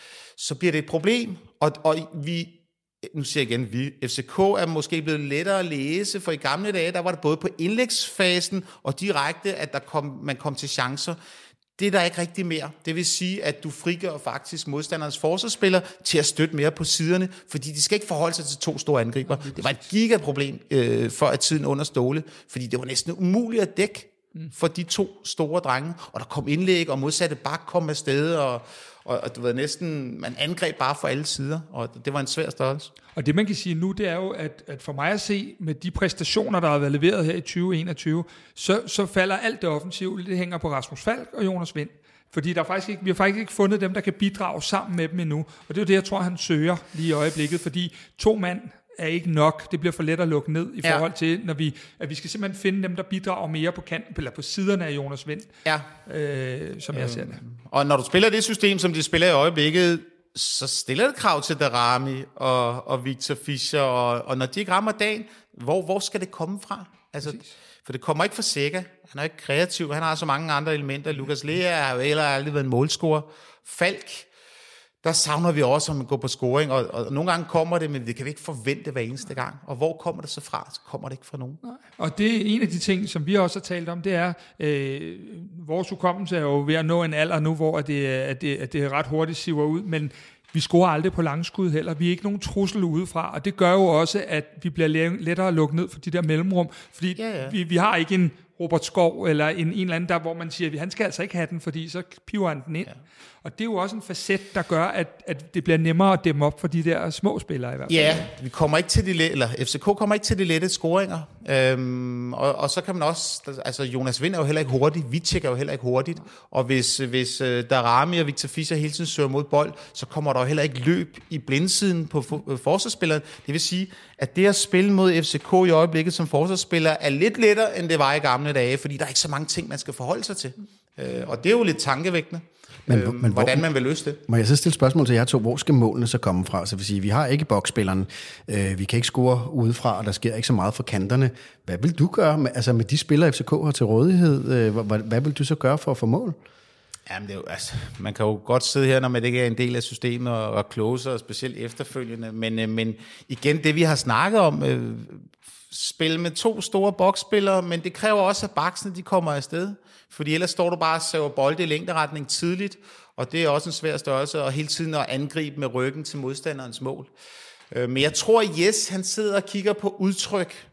så bliver det et problem. Og, og vi, nu siger jeg igen, vi, F C K er måske blevet lettere at læse, for i gamle dage, der var det både på indlægsfasen og direkte, at der kom, man kom til chancer. Det er der ikke rigtig mere. Det vil sige, at du frigør faktisk modstanderens forsvarsspiller til at støtte mere på siderne, fordi de skal ikke forholde sig til to store angriber. Det var et gigaproblem øh, for at tiden under Ståle, fordi det var næsten umuligt at dække for de to store drenge, og der kom indlæg, og modsatte bak kom afsted, og, og, og du ved, næsten, man angreb bare fra alle sider, og det var en svær størrelse. Og det man kan sige nu, det er jo, at, at for mig at se, med de præstationer, der har været leveret her i tyve enogtyve, så, så falder alt det offensive, det hænger på Rasmus Falk og Jonas Wind. Fordi der er faktisk ikke, vi har faktisk ikke fundet dem, der kan bidrage sammen med dem endnu. Og det er jo det, jeg tror, han søger lige i øjeblikket, fordi to mand er ikke nok. Det bliver for let at lukke ned i forhold til, når vi, at vi skal simpelthen finde dem, der bidrager mere på kanten, eller på siderne af Jonas Wind, ja. øh, som jeg ser det. Og når du spiller det system, som de spiller i øjeblikket, så stiller det krav til Daramy og, og Victor Fischer, og, og når de ikke rammer dagen, hvor, hvor skal det komme fra? Altså, for det kommer ikke fra Sega. Han er ikke kreativ. Han har så mange andre elementer. Lukas Lea har jo heller aldrig været en målscorer. Falk, der savner vi også, om at gå på scoring, og, og nogle gange kommer det, men det kan vi ikke forvente hver eneste gang. Og hvor kommer det så fra? Så kommer det ikke fra nogen. Nej. Og det er en af de ting, som vi også har talt om, det er, øh, vores hukommelse er jo ved at nå en alder nu, hvor det, at det, at det ret hurtigt siver ud, men vi scorer aldrig på langskud heller. Vi er ikke nogen trussel udefra, og det gør jo også, at vi bliver lettere at lukke ned for de der mellemrum, fordi ja, ja. Vi, vi har ikke en Robert Skov eller en, en eller anden der, hvor man siger, at han skal altså ikke have den, fordi så piver han den ind. Ja. Og det er jo også en facet, der gør, at, at det bliver nemmere at dæmme op for de der små spillere i hvert fald. Ja, vi kommer ikke til de eller F C K kommer ikke til de lette scoringer. Øhm, og, og så kan man også, altså Jonas Wind er jo heller ikke hurtig, Vicek er jo heller ikke hurtigt, og hvis, hvis uh, Daramy og Victor Fischer hele tiden søger mod bold, så kommer der jo heller ikke løb i blindsiden på for, forsvarsspilleren. Det vil sige, at det at spille mod F C K i øjeblikket som forsvarsspiller er lidt lettere, end det var i gamle dage, fordi der er ikke så mange ting, man skal forholde sig til. Øh, og det er jo lidt tankevækkende. Men, øhm, men hvordan man vil løse det. Må jeg så stille spørgsmål til jer to? Hvor skal målene så komme fra? Så vil sige, vi har ikke boksspilleren, øh, vi kan ikke score udefra, og der sker ikke så meget fra kanterne. Hvad vil du gøre med, altså med de spillere, F C K har til rådighed? Øh, hvad, hvad vil du så gøre for at få mål? Jamen, det er jo, altså, man kan jo godt sidde her, når man ikke er en del af systemet og, og closer, og specielt efterfølgende. Men, øh, men igen, det vi har snakket om, øh, spille med to store boksspillere, men det kræver også, at baksene de kommer afsted. Fordi ellers står du bare og saver bolde i længderetning tidligt, og det er også en svær størrelse, og hele tiden at angribe med ryggen til modstanderens mål. Men jeg tror, at Jes, han sidder og kigger på udtryk,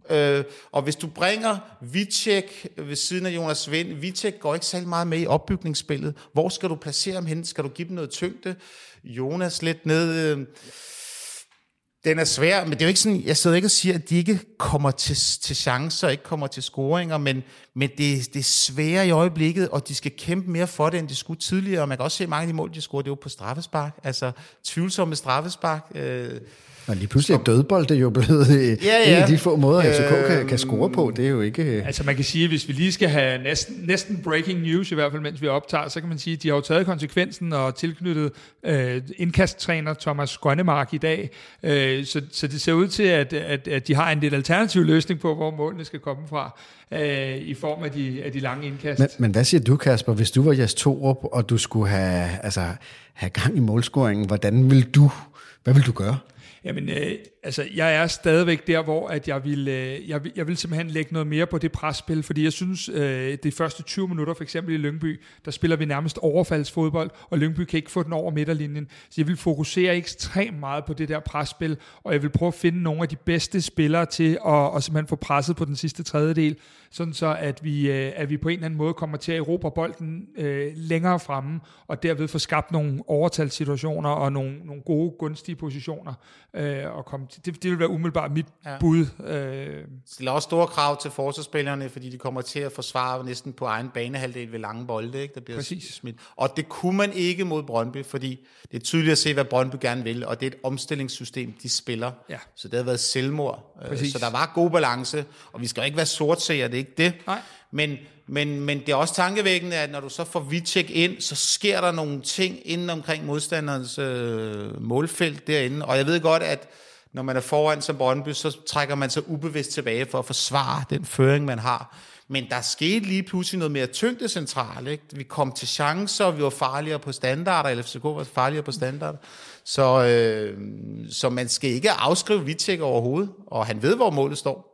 og hvis du bringer Vicek ved siden af Jonas Wind, Vicek går ikke særlig meget med i opbygningsspillet. Hvor skal du placere ham hen? Skal du give dem noget tyngde? Jonas lidt ned... Den er svær, men det er jo ikke sådan, jeg sidder ikke og siger, at de ikke kommer til, til chancer, ikke kommer til scoringer, men, men det, det er svære i øjeblikket, og de skal kæmpe mere for det, end de skulle tidligere, og man kan også se, mange af de mål, de scorede, det var på straffespark, altså tvivlsomme straffespark. Øh, Og lige pludselig er dødbold det er jo blevet ja, ja. en af de få måder, F C K øh, kan, kan score på. Det er jo ikke... Altså man kan sige, at hvis vi lige skal have næsten, næsten breaking news, i hvert fald mens vi optager, så kan man sige, at de har jo taget konsekvensen og tilknyttet øh, indkasttræner Thomas Grønnemark i dag. Øh, så, så det ser ud til, at, at, at de har en lidt alternativ løsning på, hvor målene skal komme fra, øh, i form af de, af de lange indkast. Men, men hvad siger du, Kasper, hvis du var Jes Torup, og du skulle have, altså, have gang i målscoringen, hvordan vil du, hvad vil du gøre? Jamen, øh, altså, jeg er stadigvæk der, hvor at jeg, vil, øh, jeg, vil, jeg vil simpelthen lægge noget mere på det presspil, fordi jeg synes, øh, de første tyve minutter, for eksempel i Lyngby, der spiller vi nærmest overfaldsfodbold, og Lyngby kan ikke få den over midterlinjen. Så jeg vil fokusere ekstremt meget på det der presspil, og jeg vil prøve at finde nogle af de bedste spillere til at, at simpelthen få presset på den sidste tredjedel, sådan så at vi, øh, at vi på en eller anden måde kommer til at erobre bolden øh, længere fremme, og derved få skabt nogle overtalssituationer og nogle, nogle gode, gunstige positioner. Øh, og komme til. Det, det vil være umiddelbart mit ja. bud. Øh. Stiller også store krav til forsvarsspillerne, fordi de kommer til at forsvare næsten på egen banehalvdel ved lange bolde, ikke? Der bliver Præcis. smidt. Og det kunne man ikke mod Brøndby, fordi det er tydeligt at se, hvad Brøndby gerne vil, og det er et omstillingssystem, de spiller. Ja. Så det har været selvmord. Præcis. Så der var god balance, og vi skal jo ikke være sortseere, det er ikke det. Nej. Men, men, men det er også tankevækkende, at når du så får Vitek ind, så sker der nogle ting inden omkring modstanderens øh, målfelt derinde. Og jeg ved godt, at når man er foran som Brøndby, så trækker man sig ubevidst tilbage for at forsvare den føring, man har. Men der skete lige pludselig noget mere tyngde centralt, ikke? Vi kom til chancer, og vi var farligere på standarder, eller F C K var farligere på standarder. Så, øh, så man skal ikke afskrive Vitek overhovedet, og han ved, hvor målet står.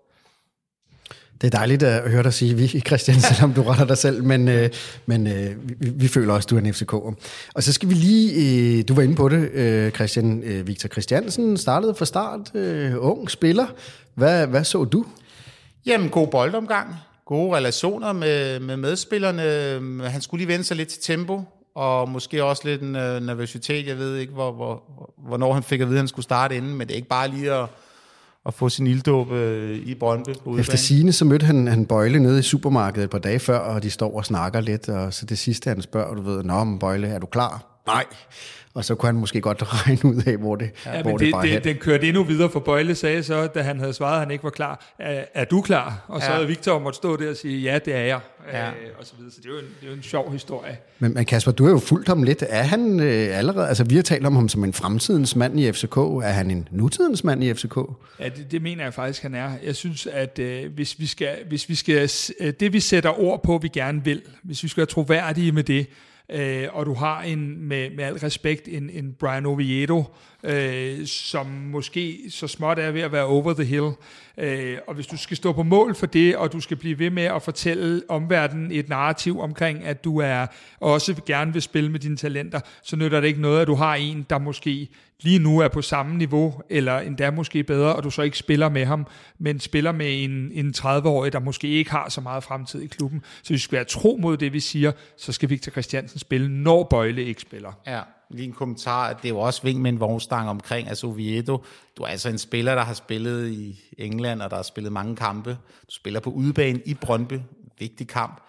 Det er dejligt at høre dig sige, vi Christian, selvom du retter dig selv, men, øh, men øh, vi, vi føler også, at du er en F C K'er. Og så skal vi lige, øh, du var inde på det, øh, Christian, øh, Victor Christiansen startede fra start, øh, ung spiller. Hvad, hvad så du? Jamen, god boldomgang, gode relationer med, med medspillerne. Han skulle lige vende sig lidt til tempo, og måske også lidt en øh, nervøsitet. Jeg ved ikke, hvor, hvor, hvornår han fik at vide, at han skulle starte inden, men det er ikke bare lige at og få sin ilddåb øh, i Brøndby. Efter sigende, så mødte han, han Bøjle nede i supermarkedet et par dage før, og de står og snakker lidt, og så det sidste, han spørger, du ved, nå, men Bøjle, er du klar? Nej. Og så kunne han måske godt regne ud af, hvor det, ja, hvor det, det bare det, hen. Den kørte endnu videre, for Bøjle sagde så, da han havde svaret, at han ikke var klar, er, er du klar? Og så ja. havde Victor måtte stå der og sige, ja, det er jeg. Ja. Øh, og så videre. Så det er, jo en, det er jo en sjov historie. Men, men Kasper, du har jo fulgt ham lidt. Er han øh, allerede, altså vi har talt om ham som en fremtidens mand i F C K. Er han en nutidens mand i F C K? Ja, det, det mener jeg faktisk, han er. Jeg synes, at øh, hvis, vi skal, hvis vi skal, øh, det vi sætter ord på, vi gerne vil, hvis vi skal være troværdige med det, Øh, og du har en, med, med al respekt en, en Brian Oviedo, øh, som måske så småt er ved at være over the hill. Øh, og hvis du skal stå på mål for det, og du skal blive ved med at fortælle omverdenen et narrativ omkring, at du er også gerne vil spille med dine talenter, så nytter det ikke noget, at du har en, der måske lige nu er på samme niveau, eller endda måske bedre, og du så ikke spiller med ham, men spiller med en, en tredive-årig, der måske ikke har så meget fremtid i klubben. Så hvis vi skal være tro mod det, vi siger, så skal Victor Christiansen spille, når Bøjle ikke spiller. Ja, lige en kommentar. Det er jo også vink med en vognstang omkring, altså Oviedo. Du er altså en spiller, der har spillet i England, og der har spillet mange kampe. Du spiller på udebane i Brøndby. Vigtig kamp.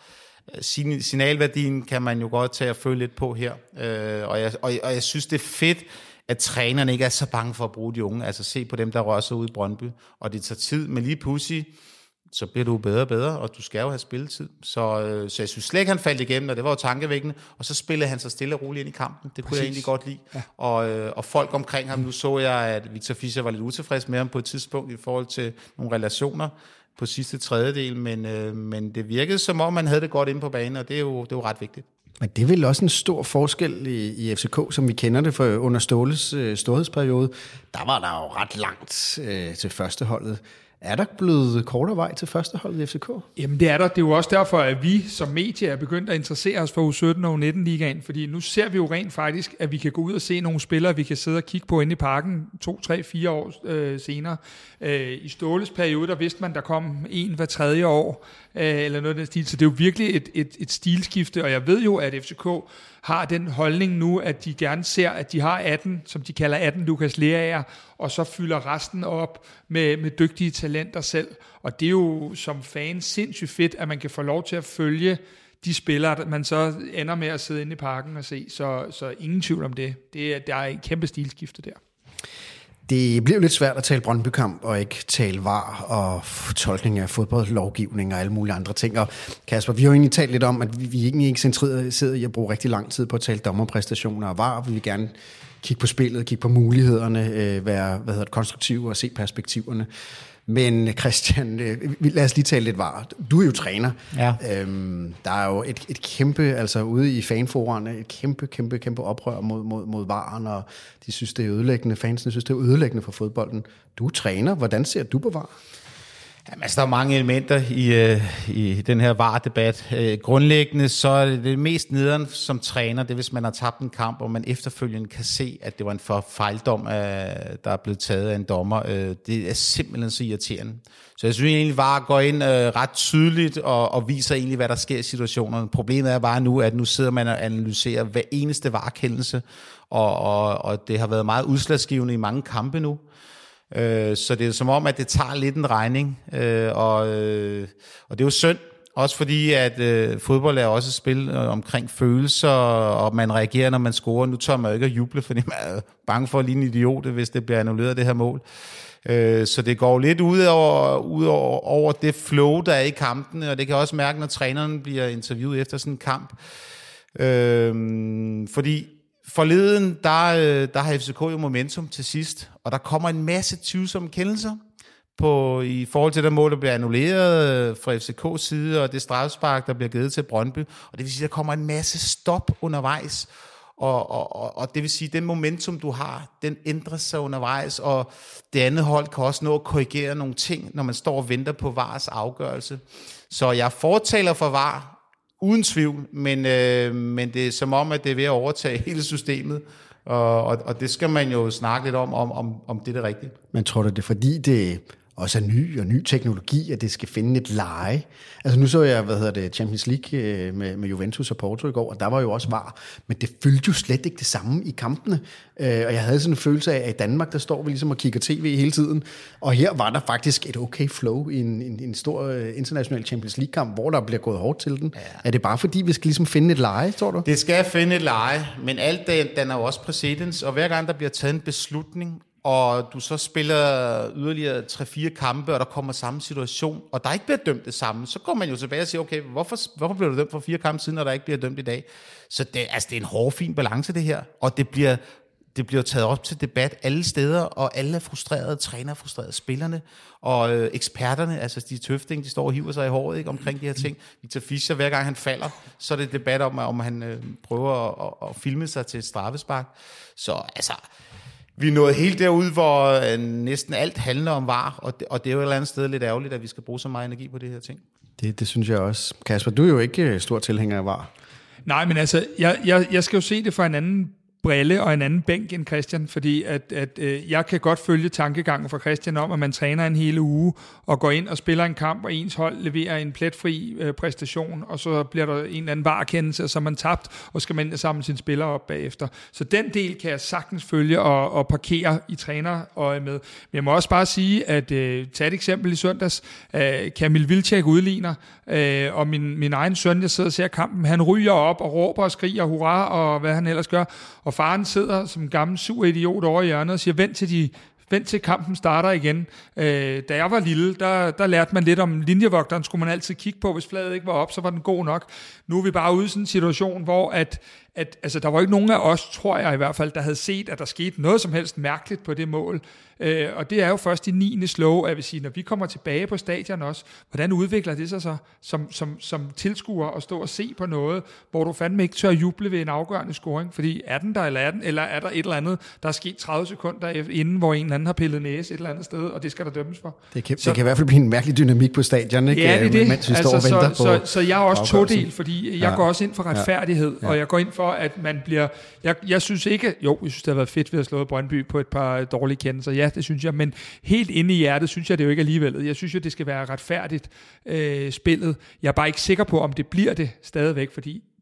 Signalværdien kan man jo godt tage og føle lidt på her. Og jeg, og, og jeg synes, det er fedt, at trænerne ikke er så bange for at bruge de unge. Altså se på dem, der rører sig ud i Brøndby. Og det tager tid, men lige pludselig, så bliver du bedre og bedre, og du skal jo have spilletid. Så, øh, så jeg synes slet ikke, han faldt igennem, og det var jo tankevækkende. Og så spillede han sig stille og roligt ind i kampen. Det kunne Præcis. Jeg egentlig godt lide. Ja. Og, øh, og folk omkring ham, nu så jeg, at Victor Fischer var lidt utilfreds med ham på et tidspunkt i forhold til nogle relationer på sidste tredjedel, men, øh, men det virkede som om, man havde det godt inde på banen, og det er jo, det er jo ret vigtigt. Men det er vel også en stor forskel i, i F C K, som vi kender det for under Ståles øh, storhedsperiode. Der var der jo ret langt øh, til førsteholdet. Er der blevet kortere vej til førsteholdet i F C K? Jamen det er der. Det er jo også derfor, at vi som medie er begyndt at interessere os for U sytten og U nitten ligaen, fordi nu ser vi jo rent faktisk, at vi kan gå ud og se nogle spillere, vi kan sidde og kigge på inde i parken to, tre, fire år øh, senere. Øh, I Ståles periode, der vidste man, der kom en hver tredje år, øh, eller noget af den stil. Så det er jo virkelig et, et, et stilskifte, og jeg ved jo, at F C K har den holdning nu, at de gerne ser, at de har atten, som de kalder atten Lukas Leaer, og så fylder resten op med, med dygtige talenter selv. Og det er jo som fan sindssygt fedt, at man kan få lov til at følge de spillere, man så ender med at sidde inde i parken og se. Så, så ingen tvivl om det. det er, der er en kæmpe stilskifte der. Det bliver lidt svært at tale Brøndby-kamp og ikke tale V A R og tolkning af fodboldlovgivning og alle mulige andre ting. Og Kasper, vi har jo egentlig talt lidt om, at vi, vi egentlig ikke centreret i at bruge rigtig lang tid på at tale dommerpræstationer og V A R. Vi vil gerne kigge på spillet, kigge på mulighederne, øh, være hvad hedder det, konstruktive og se perspektiverne. Men Christian, lad os lige tale lidt V A R. Du er jo træner. Ja. Øhm, der er jo et, et kæmpe, altså ude i fanforerne, et kæmpe, kæmpe, kæmpe oprør mod, mod, mod V A R'en, og de synes, det er ødelæggende. Fansene synes, det er ødelæggende for fodbolden. Du er træner. Hvordan ser du på V A R? Jamen, altså, der er mange elementer i, øh, i den her V A R-debat. Øh, grundlæggende så er det, det mest nederen som træner, det er, hvis man har tabt en kamp, og man efterfølgende kan se, at det var en for fejldom, øh, der er blevet taget af en dommer. Øh, det er simpelthen så irriterende. Så jeg synes egentlig, V A R går ind øh, ret tydeligt og, og viser egentlig, hvad der sker i situationerne. Problemet er bare nu, at nu sidder man og analyserer hver eneste V A R-kendelse, og, og, og det har været meget udslagsgivende i mange kampe nu. Så det er som om, at det tager lidt en regning, og, og det er jo synd, også fordi, at øh, fodbold er også et spil øh, omkring følelser, og man reagerer, når man scorer. Nu tør man jo ikke at juble, fordi man er bange for at ligne en idiot, hvis det bliver annulleret, det her mål. Øh, så det går lidt ud over, ud over, over det flow, der er i kampene, og det kan også mærke, når træneren bliver interviewet efter sådan en kamp. Øh, fordi forleden, der, der har F C K jo momentum til sidst, og der kommer en masse tvivlsomme kendelser på, i forhold til det mål, der bliver annulleret fra F C K's side, og det straffespark, der bliver givet til Brøndby. Og det vil sige, der kommer en masse stop undervejs, og, og, og, og det vil sige, den momentum, du har, den ændrer sig undervejs, og det andet hold kan også nå at korrigere nogle ting, når man står og venter på V A R's afgørelse. Så jeg fortaler for V A R, uden tvivl, men, øh, men det er som om, at det er ved at overtage hele systemet, og, og, og det skal man jo snakke lidt om, om, om, om det er det rigtige. Men tror du, det er fordi, det også er ny og ny teknologi, at det skal finde et leje? Altså nu så jeg, hvad hedder det, Champions League med, med Juventus og Porto i går, og der var jo også V A R, men det fyldte jo slet ikke det samme i kampene. Og jeg havde sådan en følelse af, at i Danmark, der står vi ligesom og kigger tv hele tiden, og her var der faktisk et okay flow i en, en, en stor international Champions League-kamp, hvor der bliver gået hårdt til den. Ja. Er det bare fordi, vi skal ligesom finde et leje, tror du? Det skal finde et leje, men alt det, den er jo også præcedens, og hver gang der bliver taget en beslutning, og du så spiller yderligere tre fire kampe, og der kommer samme situation, og der ikke bliver dømt det samme, så går man jo tilbage og siger, okay, hvorfor, hvorfor bliver du dømt for fire kampe siden, og der ikke bliver dømt i dag? Så det, altså, det er en hård, fin balance, det her, og det bliver, det bliver taget op til debat alle steder, og alle er frustrerede, træner er frustrerede, spillerne, og øh, eksperterne, altså de tøfting, de står og hiver sig i håret ikke, omkring de her ting. Victor Fischer, hver gang han falder, så er det debat om, om han øh, prøver at, at, at filme sig til et straffespark. Så altså... Vi er nået helt derud, hvor øh, næsten alt handler om V A R, og det, og det er jo et eller andet sted lidt ærgerligt, at vi skal bruge så meget energi på det her ting. Det, det synes jeg også. Kasper, du er jo ikke stor tilhænger af V A R. Nej, men altså, jeg, jeg, jeg skal jo se det fra en anden brille og en anden bænk end Christian, fordi at, at øh, jeg kan godt følge tankegangen fra Christian om, at man træner en hele uge og går ind og spiller en kamp, og ens hold leverer en pletfri øh, præstation, og så bliver der en eller anden V A R-kendelse, og så er man tabt, og skal man ind og samle sine spillere op bagefter. Så den del kan jeg sagtens følge og, og parkere i trænerøje med. Men jeg må også bare sige, at øh, tag et eksempel i søndags, øh, Kamil Vilcek udligner, øh, og min, min egen søn, jeg sidder og ser kampen, han ryger op og råber og skriger hurra, og hvad han ellers gør, og faren sidder som en gammel sur idiot over i hjørnet og siger, vent til, de, vent til kampen starter igen. Øh, da jeg var lille, der, der lærte man lidt om linjevogteren, skulle man altid kigge på, hvis flaget ikke var op, så var den god nok. Nu er vi bare ude i sådan en situation, hvor at, at, altså, der var ikke nogen af os, tror jeg i hvert fald, der havde set, at der skete noget som helst mærkeligt på det mål. Øh, og det er jo først i niende slow, at vi siger, når vi kommer tilbage på stadion også, hvordan udvikler det sig så som, som, som tilskuer at stå og se på noget, hvor du fandme ikke tør juble ved en afgørende scoring, fordi er den der, eller er den, eller er der et eller andet, der er sket tredive sekunder inden, hvor en eller anden har pillet næse et eller andet sted, og det skal der dømmes for. Det kan, så, det kan i hvert fald blive en mærkelig dynamik på stadion, ikke? Ja, det er det. Mens vi altså, står og venter så, på så, så jeg er også todel, fordi jeg ja. går også ind for retfærdighed, ja. Ja. og jeg går ind for, at man bliver... Jeg, jeg synes ikke... Jo, jeg synes, det har været fedt ved at slå Brøndby på et par dårlige kendelser. Ja, det synes jeg, men helt inde i hjertet synes jeg det jo ikke alligevel. Jeg synes jo, det skal være retfærdigt øh, spillet. Jeg er bare ikke sikker på, om det bliver det stadigvæk, fordi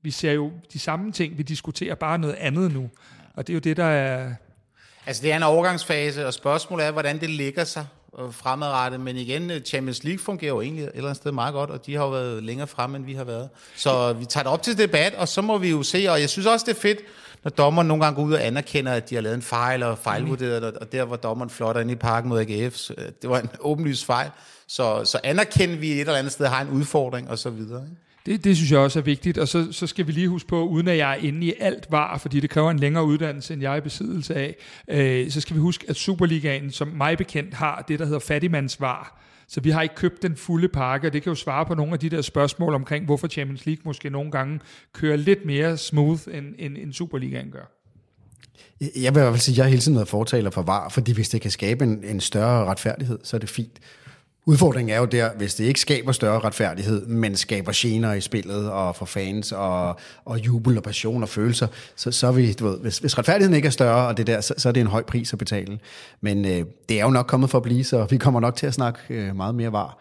vi ser jo de samme ting, vi diskuterer bare noget andet nu. Og det er jo det, der er... Altså det er en overgangsfase, og spørgsmålet er, hvordan det ligger sig fremadrettet, men igen, Champions League fungerer jo egentlig et eller andet sted meget godt, og de har jo været længere fremme, end vi har været. Så vi tager det op til debat, og så må vi jo se, og jeg synes også, det er fedt, når dommeren nogle gange går ud og anerkender, at de har lavet en fejl og fejlvurderet, og der var dommeren flotter inde i parken mod A G F, det var en åbenlys fejl. Så, så anerkender vi et eller andet sted har en udfordring, og så videre. Ikke? Det, det synes jeg også er vigtigt, og så, så skal vi lige huske på, uden at jeg er inde i alt var, fordi det kræver en længere uddannelse, end jeg er i besiddelse af, øh, så skal vi huske, at Superligaen, som mig bekendt, har det, der hedder fattigmandsvar. Så vi har ikke købt den fulde pakke, og det kan jo svare på nogle af de der spørgsmål omkring, hvorfor Champions League måske nogle gange kører lidt mere smooth, end, end, end Superligaen gør. Jeg vil i hvert fald sige, at jeg hele tiden været fortaler for V A R, fordi hvis det kan skabe en, en større retfærdighed, så er det fint. Udfordringen er jo der, hvis det ikke skaber større retfærdighed, men skaber gener i spillet og for fans og, og jubel og passion og følelser, så, så er vi, du ved, hvis, hvis retfærdigheden ikke er større, og det der, så, så er det en høj pris at betale. Men øh, det er jo nok kommet for at blive, så vi kommer nok til at snakke øh, meget mere V A R.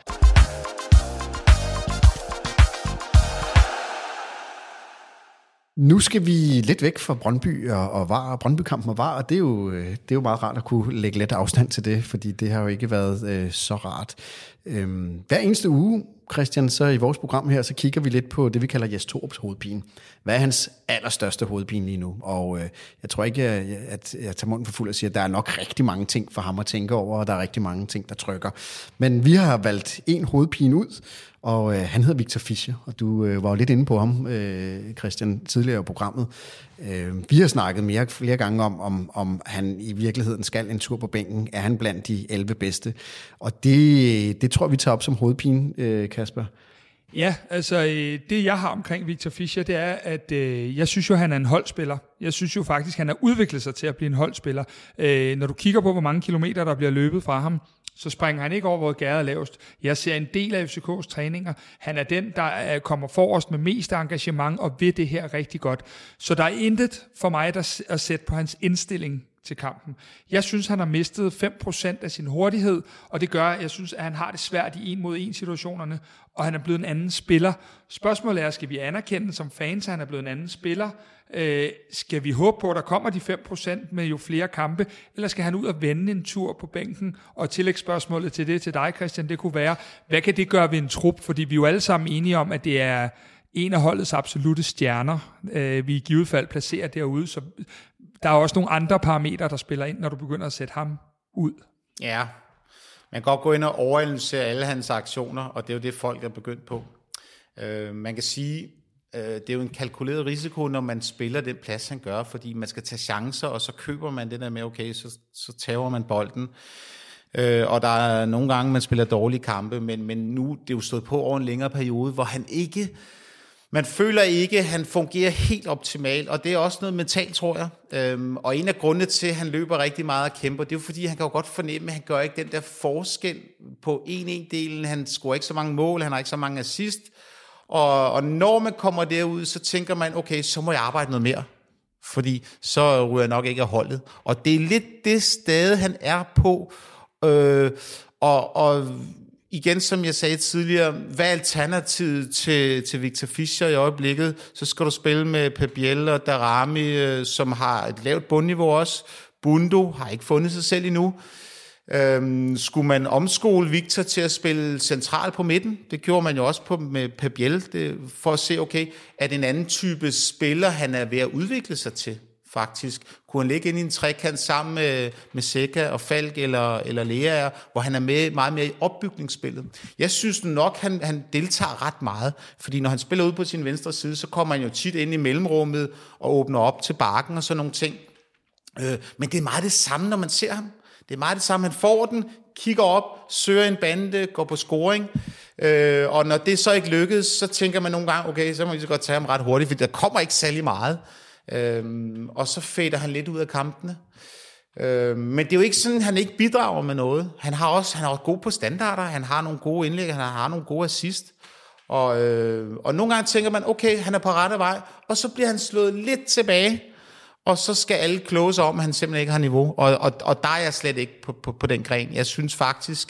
Nu skal vi lidt væk fra Brøndby og, og V A R, Brøndby-kampen og V A R, og det er, jo, det er jo meget rart at kunne lægge lidt afstand til det, fordi det har jo ikke været øh, så rart. Øhm, hver eneste uge, Christian, så i vores program her, så kigger vi lidt på det, vi kalder Jes Torups hovedpine. Hvad er hans allerstørste hovedpine lige nu? Og øh, jeg tror ikke, at, at jeg tager munden for fuld og siger, at der er nok rigtig mange ting for ham at tænke over, og der er rigtig mange ting, der trykker. Men vi har valgt en hovedpine ud, og øh, han hedder Victor Fischer, og du øh, var jo lidt inde på ham, øh, Christian, tidligere i programmet. Øh, vi har snakket mere flere gange om, om, om han i virkeligheden skal en tur på bænken. Er han blandt de elleve bedste? Og det, det tror vi tager op som hovedpine, øh, Kasper. Ja, altså det jeg har omkring Victor Fischer, det er, at øh, jeg synes jo, han er en holdspiller. Jeg synes jo faktisk, han har udviklet sig til at blive en holdspiller. Øh, når du kigger på, hvor mange kilometer, der bliver løbet fra ham, så springer han ikke over, hvor gæret er lavest. Jeg ser en del af F C K's træninger. Han er den, der kommer forrest med mest engagement og ved det her rigtig godt. Så der er intet for mig der at sætte på hans indstilling til kampen. Jeg synes, han har mistet fem procent af sin hurtighed, og det gør, at jeg synes, at han har det svært i en mod en situationerne, og han er blevet en anden spiller. Spørgsmålet er, skal vi anerkende som fans, at han er blevet en anden spiller? Øh, skal vi håbe på, at der kommer de fem procent med jo flere kampe, eller skal han ud og vende en tur på bænken? Og tillægsspørgsmålet til det til dig, Christian, det kunne være, hvad kan det gøre ved en trup? Fordi vi er jo alle sammen enige om, at det er en af holdets absolute stjerner, øh, vi i givet fald placerer derude, så der er også nogle andre parametre, der spiller ind, når du begynder at sætte ham ud. Ja, man kan godt gå ind og overanalysere alle hans aktioner, og det er jo det, folk er begyndt på. Øh, man kan sige, øh, det er jo en kalkuleret risiko, når man spiller den plads, han gør, fordi man skal tage chancer, og så køber man det der med, okay, så, så tager man bolden. Øh, og der er nogle gange, man spiller dårlige kampe, men, men nu det er jo stået på over en længere periode, hvor han ikke... Man føler ikke, at han fungerer helt optimalt, og det er også noget mentalt, tror jeg. Øhm, og en af grundene til, at han løber rigtig meget og kæmper, det er jo fordi, han kan jo godt fornemme, at han gør ikke den der forskel på en-en-delen. Han scorer ikke så mange mål, han har ikke så mange assist. Og, og når man kommer derud, så tænker man, okay, så må jeg arbejde noget mere. Fordi så ryger jeg nok ikke af holdet. Og det er lidt det sted, han er på. Øh, og... og igen, som jeg sagde tidligere, hvad er alternativet til, til Victor Fischer i øjeblikket? Så skal du spille med Pep Biel og Darami, som har et lavt bundniveau også. Bundo har ikke fundet sig selv endnu. Øhm, skulle man omskole Victor til at spille central på midten? Det gjorde man jo også på, med Pep Biel, det, for at se, okay, er det en anden type spiller, han er ved at udvikle sig til? Faktisk. Kunne han ligge ind i en trekant sammen med, med Seca og Falk eller, eller Lea, hvor han er med meget mere i opbygningsspillet. Jeg synes nok, han, han deltager ret meget, fordi når han spiller ud på sin venstre side, så kommer han jo tit ind i mellemrummet og åbner op til bakken og sådan nogle ting. Øh, men det er meget det samme, når man ser ham. Det er meget det samme. Han får den, kigger op, søger en bande, går på scoring, øh, og når det så ikke lykkes, så tænker man nogle gange, okay, så må vi så godt tage ham ret hurtigt, for der kommer ikke særlig meget. Øhm, og så fader han lidt ud af kampene. Øhm, men det er jo ikke sådan, at han ikke bidrager med noget. Han har også, han er også god på standarder, han har nogle gode indlæg, han har nogle gode assist. Og, øh, og nogle gange tænker man, okay, han er på rette vej, og så bliver han slået lidt tilbage, og så skal alle kloge sig om, at han simpelthen ikke har niveau. Og, og, og der er jeg slet ikke på, på, på den gren. Jeg synes faktisk,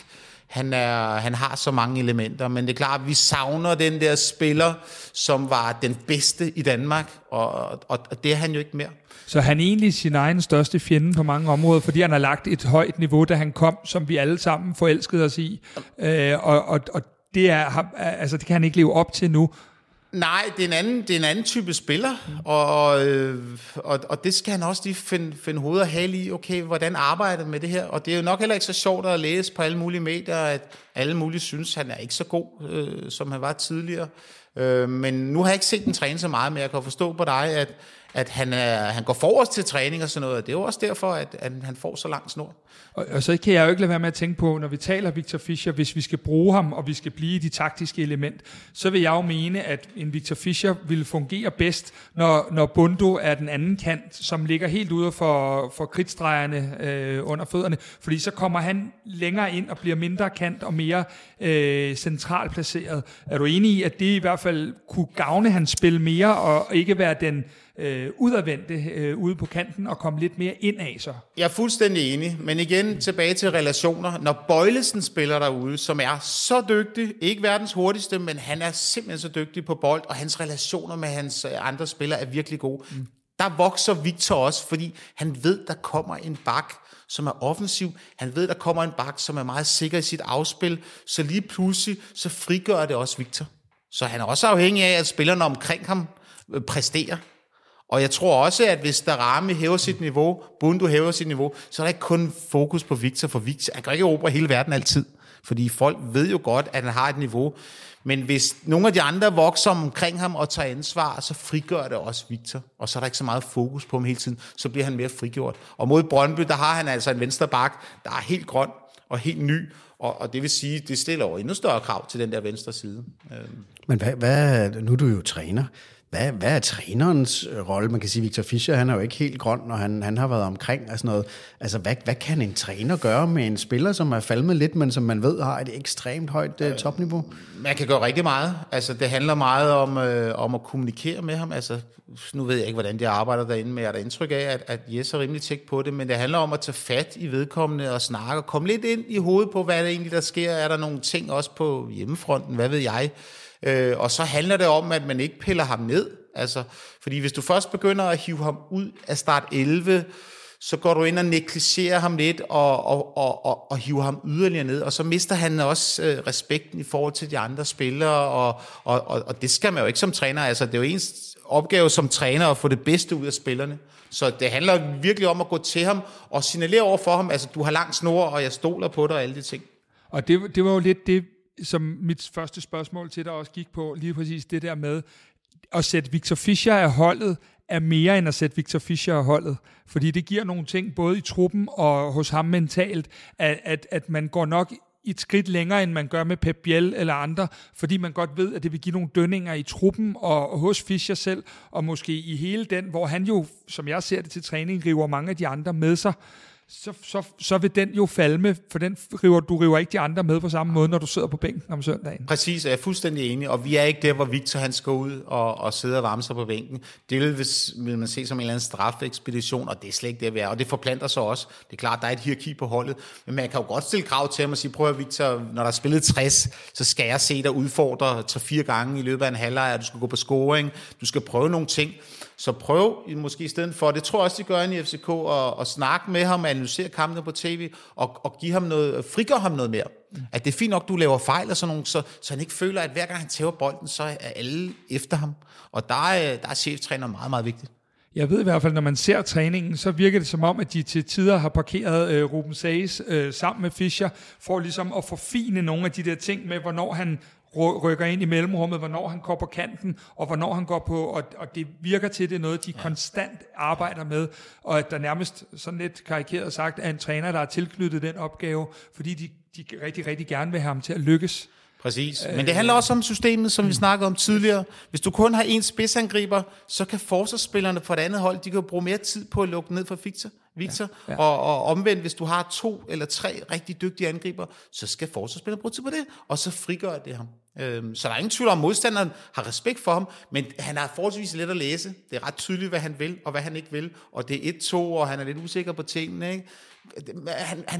Han, er, han har så mange elementer, men det er klart, at vi savner den der spiller, som var den bedste i Danmark, og, og, og det er han jo ikke mere. Så han er egentlig sin egen største fjende på mange områder, fordi han har lagt et højt niveau, da han kom, som vi alle sammen forelskede os i, øh, og, og, og det, er, altså, det kan han ikke leve op til nu. Nej, det er en anden, det er en anden type spiller, og, øh, og, og det skal han også lige finde, finde hoved og hale i, okay, hvordan arbejder med det her, og det er jo nok heller ikke så sjovt at læse på alle mulige medier, at alle mulige synes, han er ikke så god, øh, som han var tidligere, øh, men nu har jeg ikke set den træne så meget, men jeg kan forstå på dig, at, at han, er, han går forrest til træning og sådan noget, og det er jo også derfor, at, at han får så lang snor. Og, og så kan jeg jo ikke lade være med at tænke på, når vi taler Victor Fischer, hvis vi skal bruge ham, og vi skal blive i de taktiske element, så vil jeg jo mene, at en Victor Fischer vil fungere bedst, når, når Bundo er den anden kant, som ligger helt ude for, for kridtstregerne øh, under fødderne, fordi så kommer han længere ind og bliver mindre kant og mere øh, centralt placeret. Er du enig i, at det i hvert fald kunne gavne hans spil mere, og ikke være den øh, udadvendte øh, ude på kanten, og komme lidt mere ind af sig? Jeg er fuldstændig enig, men igen tilbage til relationer. Når Bøjlesen spiller derude, som er så dygtig, ikke verdens hurtigste, men han er simpelthen så dygtig på bold, og hans relationer med hans andre spillere er virkelig gode. Mm. Der vokser Victor også, fordi han ved, der kommer en bak, som er offensiv. Han ved, der kommer en bak, som er meget sikker i sit afspil, så lige pludselig, så frigør det også Victor. Så han er også afhængig af, at spillerne omkring ham præsterer. Og jeg tror også, at hvis Darami hæver sit niveau, Bundo hæver sit niveau, så er der ikke kun fokus på Victor, for Victor, han kan ikke erobre hele verden altid, fordi folk ved jo godt, at han har et niveau. Men hvis nogle af de andre vokser omkring ham og tager ansvar, så frigør det også Victor, og så er der ikke så meget fokus på ham hele tiden, så bliver han mere frigjort. Og mod Brøndby, der har han altså en venstre bak, der er helt grøn og helt ny, og, og det vil sige, det stiller over endnu større krav til den der venstre side. Men hvad, hvad, nu er du jo træner. Hvad, hvad er trænerens rolle? Man kan sige, Victor Fischer, han er jo ikke helt grøn, og han, han har været omkring og sådan noget. Altså, hvad, hvad kan en træner gøre med en spiller, som er falmet lidt, men som man ved har et ekstremt højt uh, topniveau? Man kan gøre rigtig meget. Altså, det handler meget om, øh, om at kommunikere med ham. Altså, nu ved jeg ikke, hvordan de arbejder derinde, men jeg har da indtryk af, at, at Jes er rimelig tjek på det, men det handler om at tage fat i vedkommende og snakke, og komme lidt ind i hovedet på, hvad der egentlig der sker. Er der nogle ting også på hjemmefronten? Hvad ved jeg? Øh, og så handler det om, at man ikke piller ham ned. Altså, fordi hvis du først begynder at hive ham ud af start elleve, så går du ind og negligerer ham lidt og, og, og, og, og hiver ham yderligere ned, og så mister han også øh, respekten i forhold til de andre spillere, og, og, og, og det skal man jo ikke som træner. Altså, det er jo ens opgave som træner at få det bedste ud af spillerne. Så det handler virkelig om at gå til ham og signalere over for ham, altså du har lang snor, og jeg stoler på dig og alle de ting. Og det, det var jo lidt det, som mit første spørgsmål til dig også gik på, lige præcis det der med, at sætte Victor Fischer af holdet er mere end at sætte Victor Fischer af holdet. Fordi det giver nogle ting, både i truppen og hos ham mentalt, at, at, at man går nok et skridt længere, end man gør med Pep Biel eller andre, fordi man godt ved, at det vil give nogle dønninger i truppen og, og hos Fischer selv, og måske i hele den, hvor han jo, som jeg ser det til træning, river mange af de andre med sig. Så, så, så vil den jo falme, for den river, du river ikke de andre med på samme måde, når du sidder på bænken om søndagen. Præcis, jeg er fuldstændig enig, og vi er ikke der, hvor Victor han skal ud og, og sidde og varme sig på bænken. Det vil, hvis, vil man se som en eller anden strafekspedition, og det er slet ikke det, vi er, og det forplanter sig også. Det er klart, der er et hierarki på holdet, men man kan jo godt stille krav til ham og sige, prøv at Victor, når der er spillet tres, så skal jeg se dig udfordre tre-fire gange i løbet af en halvleg, og du skal gå på scoring, du skal prøve nogle ting. Så prøv måske i stedet for, det tror jeg også, de gør i F C K, at, at snakke med ham, analysere kampene på tv, og, og give ham noget, frigør ham noget mere. Mm. At det er fint nok, du laver fejl og sådan nogle, så, så han ikke føler, at hver gang han tæver bolden, så er alle efter ham. Og der er, der er cheftræner meget, meget vigtigt. Jeg ved i hvert fald, når man ser træningen, så virker det som om, at de til tider har parkeret øh, Ruben Saez øh, sammen med Fischer, for ligesom at forfine nogle af de der ting med, hvornår han rykker ind i mellemrummet, hvornår han går på kanten, og hvornår han går på, og, og det virker til, det er noget, de ja. konstant arbejder med, og at der nærmest sådan lidt karikeret sagt, er en træner, der har tilknyttet den opgave, fordi de, de rigtig, rigtig gerne vil have ham til at lykkes. Præcis, men det handler også om systemet, som vi snakkede om tidligere. Hvis du kun har en spidsangriber, så kan forsvarsspillerne på et andet hold, de kan bruge mere tid på at lukke ned for Victor. Victor. Ja, ja. Og, og omvendt, hvis du har to eller tre rigtig dygtige angriber, så skal forsvarsspillerne bruge tid på det, og så frigør det ham. Øhm, så der er ingen tvivl om, modstanderen har respekt for ham, men han er forholdsvis let at læse. Det er ret tydeligt, hvad han vil, og hvad han ikke vil, og det er et to, og han er lidt usikker på tingene, ikke? Han, han,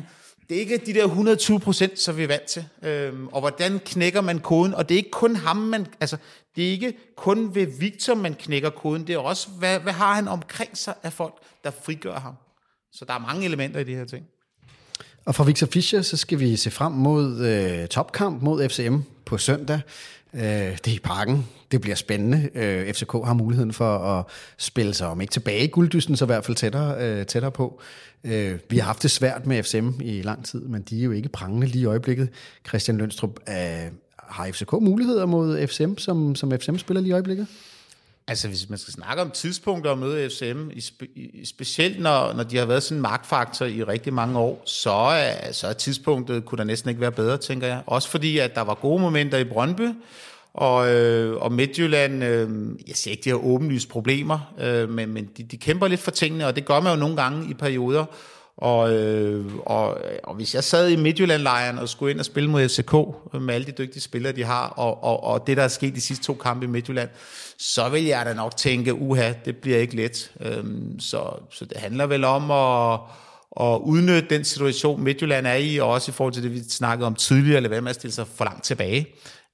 det er ikke de der hundrede og tyve procent, som vi er vant til. Øhm, og hvordan knækker man koden? Og det er ikke kun ham, man, altså, det er ikke kun ved Victor, man knækker koden. Det er også, hvad, hvad har han omkring sig af folk, der frigør ham. Så der er mange elementer i de her ting. Og fra Victor Fischer, så skal vi se frem mod øh, topkamp mod F C M på søndag. Øh, det er i Parken. Det bliver spændende. Øh, F C K har muligheden for at spille sig, om ikke tilbage i gulddysten, så i hvert fald tættere, øh, tættere på. Øh, vi har haft det svært med F C M i lang tid, men de er jo ikke prangende lige i øjeblikket. Christian Lønstrup, øh, har F C K muligheder mod F C M, som, som F C M spiller lige i øjeblikket? Altså, hvis man skal snakke om tidspunkter at møde F C M, specielt når, når de har været sådan en magtfaktor i rigtig mange år, så er, så er tidspunktet, kunne der næsten ikke være bedre, tænker jeg. Også fordi, at der var gode momenter i Brøndby, og, øh, og Midtjylland, øh, jeg siger ikke, de har åbenlyst problemer, øh, men, men de, de kæmper lidt for tingene, og det gør man jo nogle gange i perioder. Og, øh, og, og hvis jeg sad i Midtjylland-lejren og skulle ind og spille mod F C K med alle de dygtige spillere, de har, og, og, og det, der er sket de sidste to kampe i Midtjylland, så vil jeg da nok tænke, uha, det bliver ikke let. Øhm, så, så det handler vel om at, at udnytte den situation, Midtjylland er i, og også i forhold til det, vi snakkede om tidligere, eller hvad med at stille sig for langt tilbage.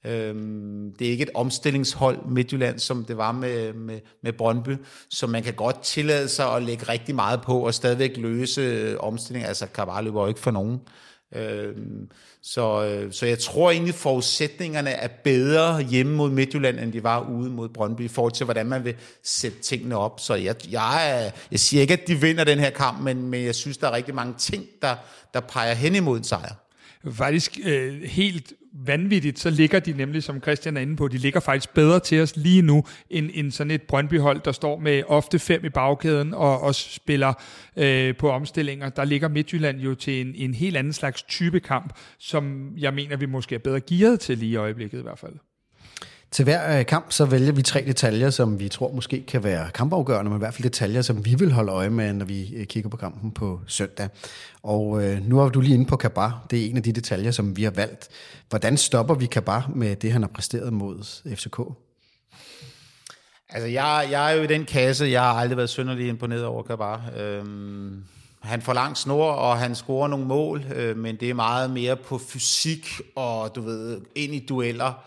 Øhm, det er ikke et omstillingshold Midtjylland, som det var med, med, med Brøndby, så man kan godt tillade sig at lægge rigtig meget på og stadigvæk løse omstilling. Altså Karbar løber jo ikke for nogen. Øhm, så, så jeg tror egentlig forudsætningerne er bedre hjemme mod Midtjylland, end de var ude mod Brøndby, i forhold til hvordan man vil sætte tingene op. Så jeg, jeg, jeg siger ikke, at de vinder den her kamp, men, men jeg synes, der er rigtig mange ting, der, der peger hen imod en sejr. Faktisk øh, helt vanvittigt, så ligger de nemlig, som Christian er inde på, de ligger faktisk bedre til os lige nu, end, end sådan et Brøndby-hold, der står med ofte fem i bagkæden og også spiller øh, på omstillinger. Der ligger Midtjylland jo til en, en helt anden slags type kamp, som jeg mener, vi måske er bedre gearet til lige i øjeblikket i hvert fald. Til hver kamp, så vælger vi tre detaljer, som vi tror måske kan være kampafgørende, men i hvert fald detaljer, som vi vil holde øje med, når vi kigger på kampen på søndag. Og øh, nu er du lige inde på Karbar. Det er en af de detaljer, som vi har valgt. Hvordan stopper vi Karbar med det, han har præsteret mod F C K? Altså, jeg, jeg er jo i den kasse. Jeg har aldrig været synderligt imponeret over Karbar. Øhm, han får lang snor, og han scorer nogle mål, øh, men det er meget mere på fysik og, du ved, ind i dueller.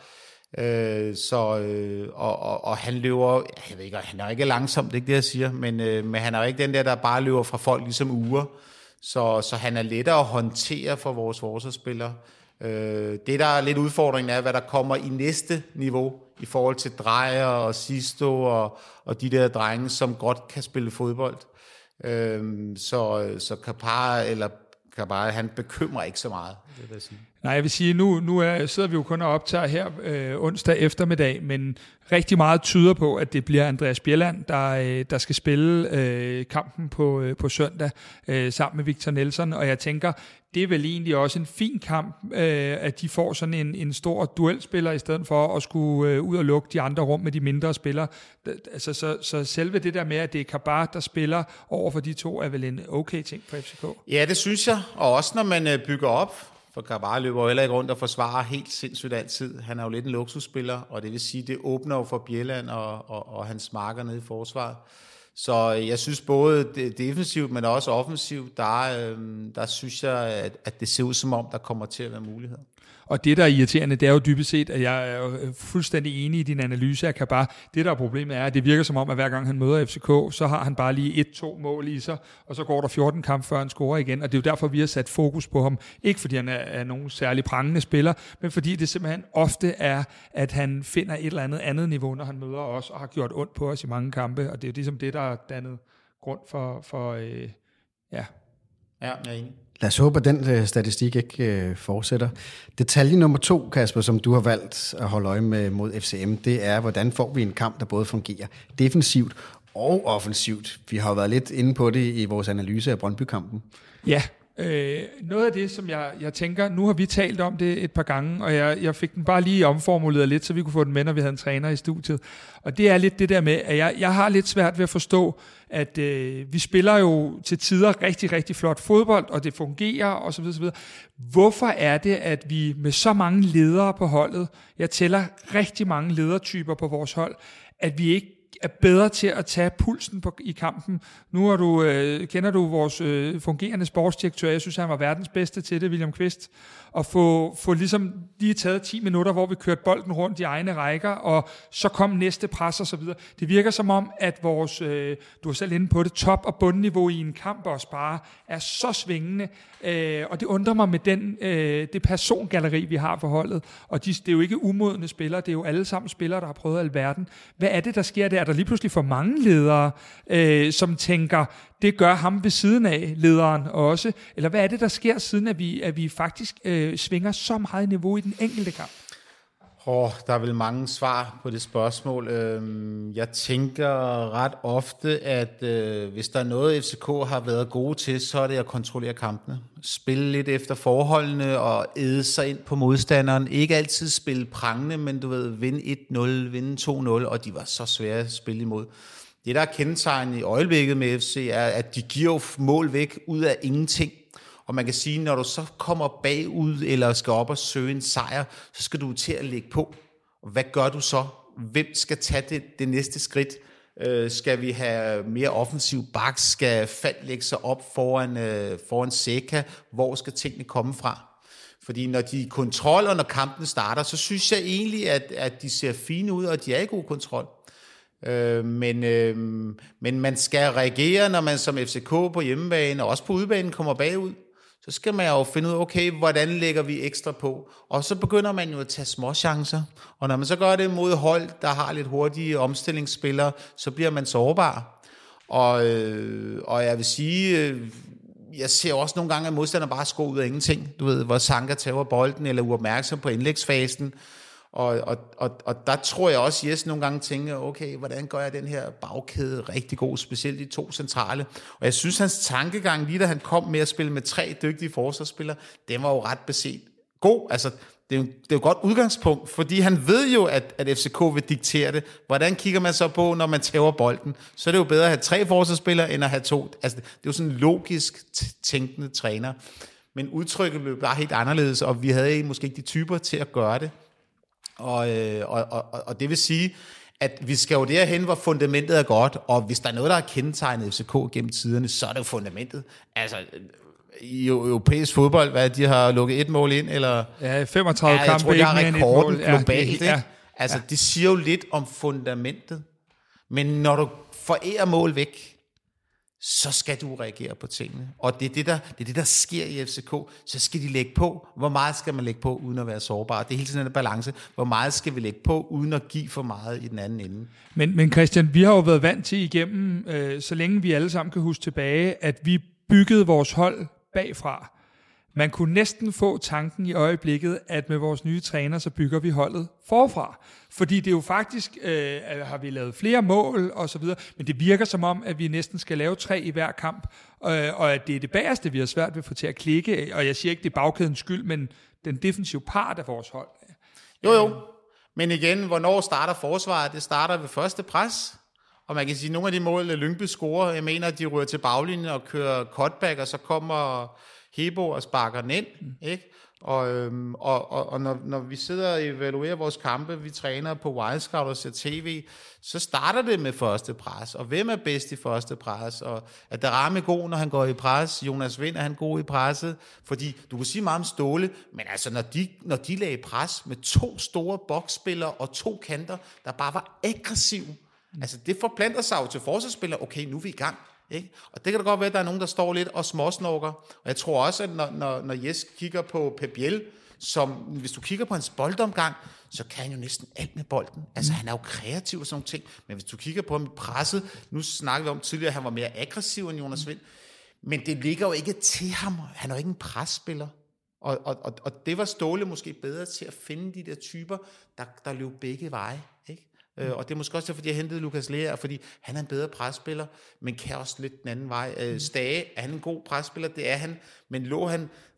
Øh, så, øh, og, og, og han løber, jeg ved ikke, han er ikke langsomt, det er ikke det, jeg siger, men, øh, men han er jo ikke den der, der bare løber fra folk ligesom uger, så, så han er lettere at håndtere for vores forsvarsspillere. Øh, det, der er lidt udfordringen, er, hvad der kommer i næste niveau, i forhold til Drejer og Sisto og, og de der drenge, som godt kan spille fodbold. Øh, så, så Karbar, eller Karbar, han bekymrer ikke så meget, det vil jeg sige. Nej, jeg vil sige, nu, nu er, sidder vi jo kun og optager her øh, onsdag eftermiddag, men rigtig meget tyder på, at det bliver Andreas Bjelland, der, øh, der skal spille øh, kampen på, øh, på søndag øh, sammen med Victor Nelson, og jeg tænker, det er vel egentlig også en fin kamp, øh, at de får sådan en, en stor duelspiller, i stedet for at skulle øh, ud og lukke de andre rum med de mindre spillere. Altså, så, så selve det der med, at det er Karbar, der spiller over for de to, er vel en okay ting for F C K? Ja, det synes jeg, og også når man øh, bygger op. For Karbar løber jo heller ikke rundt og forsvarer helt sindssygt altid. Han er jo lidt en luksusspiller, og det vil sige, det åbner jo for Bjelland og, og, og hans marker nede i forsvaret. Så jeg synes både defensivt, men også offensivt, der, øh, der synes jeg, at, at det ser ud som om, der kommer til at være muligheder. Og det, der er irriterende, det er jo dybest set, at jeg er fuldstændig enig i din analyse af Karbar. Det, der er problemet, er, at det virker som om, at hver gang han møder F C K, så har han bare lige et-to mål i sig, og så går der fjorten kampe, før han scorer igen. Og det er jo derfor, vi har sat fokus på ham. Ikke fordi han er, er nogen særlig prangende spiller, men fordi det simpelthen ofte er, at han finder et eller andet andet niveau, når han møder os, og har gjort ondt på os i mange kampe. Og det er jo ligesom det, der er dannet grund for, for øh, ja. Ja, jeg er enig. Lad os håbe, at den øh, statistik ikke øh, fortsætter. Detalje nummer to, Kasper, som du har valgt at holde øje med mod F C M, det er, hvordan får vi en kamp, der både fungerer defensivt og offensivt. Vi har jo været lidt inde på det i vores analyse af Brøndby-kampen. Ja, øh, noget af det, som jeg, jeg tænker, nu har vi talt om det et par gange, og jeg, jeg fik den bare lige omformuleret lidt, så vi kunne få den med, når vi havde en træner i studiet. Og det er lidt det der med, at jeg, jeg har lidt svært ved at forstå, at øh, vi spiller jo til tider rigtig, rigtig flot fodbold, og det fungerer, og så videre, så videre. Hvorfor er det, at vi med så mange ledere på holdet, jeg tæller rigtig mange ledertyper på vores hold, at vi ikke er bedre til at tage pulsen på, i kampen. Nu er du, øh, kender du vores øh, fungerende sportsdirektør, jeg synes, han var verdens bedste til det, William Kvist, og få, få ligesom lige taget ti minutter, hvor vi kørte bolden rundt i egne rækker, og så kom næste pres og så videre. Det virker som om, at vores, øh, du er selv inde på det, top- og bundniveau i en kamp også bare er så svingende, øh, og det undrer mig med den, øh, det persongalleri, vi har for holdet, og de, det er jo ikke umodne spillere, det er jo alle sammen spillere, der har prøvet alverden. Hvad er det, der sker der? Er der lige pludselig for mange ledere, øh, som tænker, det gør ham ved siden af, lederen også? Eller hvad er det, der sker, siden at vi, at vi faktisk øh, svinger så meget niveau i den enkelte kamp? Oh, der er vel mange svar på det spørgsmål. Jeg tænker ret ofte, at øh, hvis der er noget, F C K har været gode til, så er det at kontrollere kampene. Spille lidt efter forholdene og æde sig ind på modstanderen. Ikke altid spille prangende, men du ved, vinde et nul, vinde to nul, og de var så svære at spille imod. Det, der er kendetegnet i øjeblikket med F C, er, at de giver mål væk ud af ingenting. Og man kan sige, når du så kommer bagud, eller skal op og søge en sejr, så skal du til at lægge på. Hvad gør du så? Hvem skal tage det, det næste skridt? Øh, skal vi have mere offensiv bak? Skal Fald lægge sig op foran, øh, foran Seca? Hvor skal tingene komme fra? Fordi når de kontroller, når kampen starter, så synes jeg egentlig, at, at de ser fine ud, og de er i god kontrol. Øh, men, øh, men man skal reagere, når man som F C K på hjemmebane, og også på udebane, kommer bagud. Så skal man jo finde ud af, okay, hvordan lægger vi ekstra på? Og så begynder man jo at tage små chancer. Og når man så gør det mod hold, der har lidt hurtige omstillingsspillere, så bliver man sårbar. Og, øh, og jeg vil sige, øh, jeg ser også nogle gange, at modstanderne bare skår ud af ingenting. Du ved, hvor Sanka tager bolden, eller uopmærksom på indlægsfasen. Og, og, og, og der tror jeg også, at Jes nogle gange tænker, okay, hvordan gør jeg den her bagkæde rigtig god, specielt de to centrale. Og jeg synes, hans tankegang, lige da han kom med at spille med tre dygtige forsvarsspillere, den var jo ret beset god. Altså, det er jo, det er jo et godt udgangspunkt, fordi han ved jo, at, at F C K vil diktere det. Hvordan kigger man så på, når man tæver bolden? Så er det jo bedre at have tre forsvarsspillere, end at have to. Altså, det er jo sådan en logisk tænkende træner. Men udtrykket blev bare helt anderledes, og vi havde måske ikke de typer til at gøre det. Og, og, og, og det vil sige, at vi skal jo derhen, hvor fundamentet er godt, og hvis der er noget, der har kendetegnet F C K gennem tiderne, så er det jo fundamentet. Altså, i europæisk fodbold, hvad, de har lukket et mål ind, eller... Ja, femogtredive ja, kampe, ikke mere end et mål. Globalt, ja, ja. Altså, ja. det siger jo lidt om fundamentet. Men når du forærer mål væk, så skal du reagere på tingene. Og det er det, der, det er det, der sker i F C K. Så skal de lægge på. Hvor meget skal man lægge på, uden at være sårbar? Det er hele tiden en balance. Hvor meget skal vi lægge på, uden at give for meget i den anden ende? Men, men Christian, vi har jo været vant til igennem, øh, så længe vi alle sammen kan huske tilbage, at vi byggede vores hold bagfra. Man kunne næsten få tanken i øjeblikket, at med vores nye træner, så bygger vi holdet forfra. Fordi det er jo faktisk, øh, har vi lavet flere mål og så videre, men det virker som om, at vi næsten skal lave tre i hver kamp, øh, og at det er det bagerste, vi har svært ved at få til at klikke, og jeg siger ikke, det er bagkædens skyld, men den defensive part af vores hold. Jo jo, men igen, hvornår starter forsvaret? Det starter ved første pres, og man kan sige, at nogle af de mål, Lyngby scorer, jeg mener, at de rører til baglinjen og kører cutback, og så kommer Hebo og sparker den ind, mm. ikke? Og, øhm, og, og, og når, når vi sidder og evaluerer vores kampe, vi træner på Wildscout og ser tv, så starter det med første pres. Og hvem er bedst i første pres? Og er Darami god, når han går i pres? Jonas Vind, er han god i presset? Fordi du kan sige meget om Ståle, men altså når de, når de lagde pres med to store boksspillere og to kanter, der bare var aggressive, mm. altså det forplanter sig jo til forsvarsspillere, okay, nu er vi i gang. Ikke? Og det kan da godt være, at der er nogen, der står lidt og småsnorker. Og jeg tror også, at når, når, når Jes kigger på Pep Biel, som hvis du kigger på hans boldomgang, så kan han jo næsten alt med bolden. Altså mm. han er jo kreativ og sådan nogle ting. Men hvis du kigger på ham i presset, nu snakkede vi om tidligere, at han var mere aggressiv end Jonas Vind. Men det ligger jo ikke til ham. Han er jo ikke en presspiller. Og, og, og, og det var Ståle måske bedre til at finde de der typer, der, der løb begge veje. Ikke? Mm. Og det er måske også derfor, de har hentet Lukas Lea, fordi han er en bedre presspiller, men kan også lidt den anden vej. Mm. Stage, er han en god presspiller? Det er han. Men lå han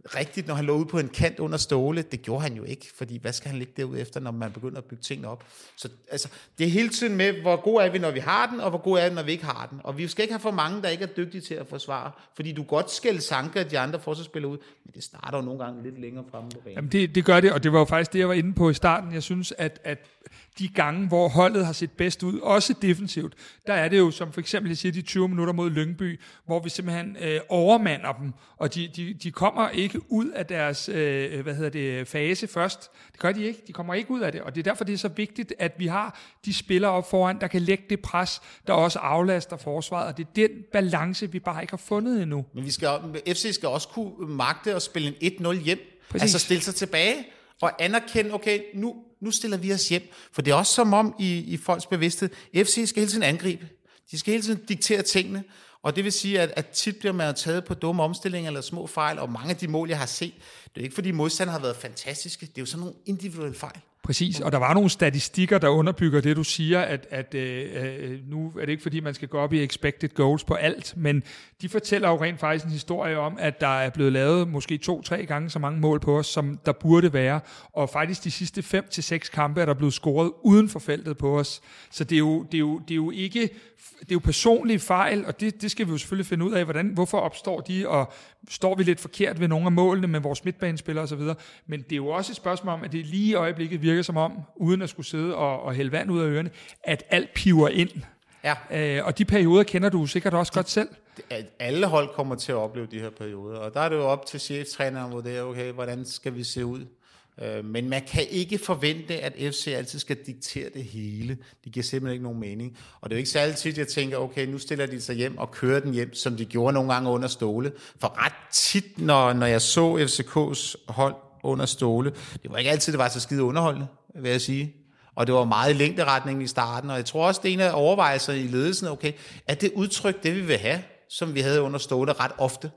rigtigt, når han lå ude på en kant under Ståle. Det gjorde han jo ikke, fordi hvad skal han ligge derude efter, når man begynder at bygge tingene op? Så altså, det er hele tiden med, hvor god er vi, når vi har den, og hvor god er vi, når vi ikke har den. Og vi skal ikke have for mange, der ikke er dygtige til at forsvare, fordi du godt skælde Sanka og de andre forsvarsspillere ud, men det starter jo nogle gange lidt længere fremme på banen. Jamen det, det gør det, og det var jo faktisk det, jeg var inde på i starten. Jeg synes, at, at de gange, hvor holdet har set bedst ud, også defensivt, der er det jo, som for eksempel, jeg siger, de tyve minutter mod Lyngby, hvor vi simpelthen øh, overmander dem, og de, de, de kommer ikke ud af deres øh, hvad hedder det, fase først. Det gør de ikke. De kommer ikke ud af det, og det er derfor, det er så vigtigt, at vi har de spillere op foran, der kan lægge det pres, der også aflaster forsvaret, og det er den balance, vi bare ikke har fundet endnu. Men vi skal, F C skal også kunne magte at spille en et nul hjem, Præcis. altså stille sig tilbage, og anerkende, okay, nu, nu stiller vi os hjem. For det er også som om i, i folks bevidsthed, F C skal hele tiden angribe. De skal hele tiden diktere tingene. Og det vil sige, at, at tit bliver man taget på dumme omstillinger eller små fejl, og mange af de mål, jeg har set, det er ikke fordi modstanderne har været fantastiske, det er jo sådan nogle individuelle fejl. Præcis, og der var nogle statistikker, der underbygger det, du siger, at, at øh, nu er det ikke fordi, man skal gå op i expected goals på alt, men de fortæller jo rent faktisk en historie om, at der er blevet lavet måske to-tre gange så mange mål på os, som der burde være, og faktisk de sidste fem til seks kampe er der blevet scoret uden for feltet på os. Så det er jo, det er jo, det er jo ikke, det er jo personlige fejl, og det, det skal vi jo selvfølgelig finde ud af, hvordan, hvorfor opstår de, og står vi lidt forkert ved nogle af målene med vores midtbanespillere osv., men det er jo også et spørgsmål om, at det lige i øjeblikket virker som om, uden at skulle sidde og, og hælde vand ud af ørerne, at alt piver ind. Ja. Øh, og de perioder kender du sikkert også godt selv. Alle hold kommer til at opleve de her perioder, og der er det jo op til cheftræneren, hvor det er, okay, hvordan skal vi se ud? Øh, men man kan ikke forvente, at F C altid skal diktere det hele. Det giver simpelthen ikke nogen mening. Og det er jo ikke særlig tit, jeg tænker, okay, nu stiller de sig hjem og kører den hjem, som de gjorde nogle gange under Ståle. For ret tit, når, når jeg så F C K's hold under Ståle, det var ikke altid, det var så skide underholdende, vil jeg sige. Og det var meget i længderetningen i starten, og jeg tror også, det er en af overvejelserne i ledelsen, okay, er det udtryk, det vi vil have, som vi havde under Ståle ret ofte.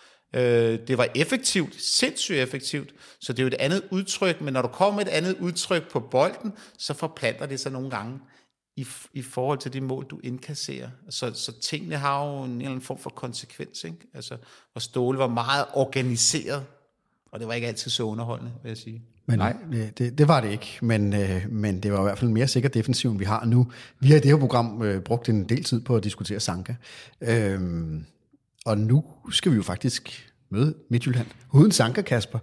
Øh, det var effektivt, sindssygt effektivt, så det er jo et andet udtryk, men når du kommer med et andet udtryk på bolden, så forplanter det sig nogle gange i, i forhold til de mål, du indkasserer. Så, så tingene har jo en eller anden form for konsekvens, ikke? Altså, og Ståle var meget organiseret, og det var ikke altid så underholdende, vil jeg sige. Men nej, det, det var det ikke, men, øh, men det var i hvert fald en mere sikker defensiv, end vi har nu. Vi har i det her program øh, brugt en del tid på at diskutere Sanka, øhm, og nu skal vi jo faktisk møde Midtjylland uden Sanka, Kasper.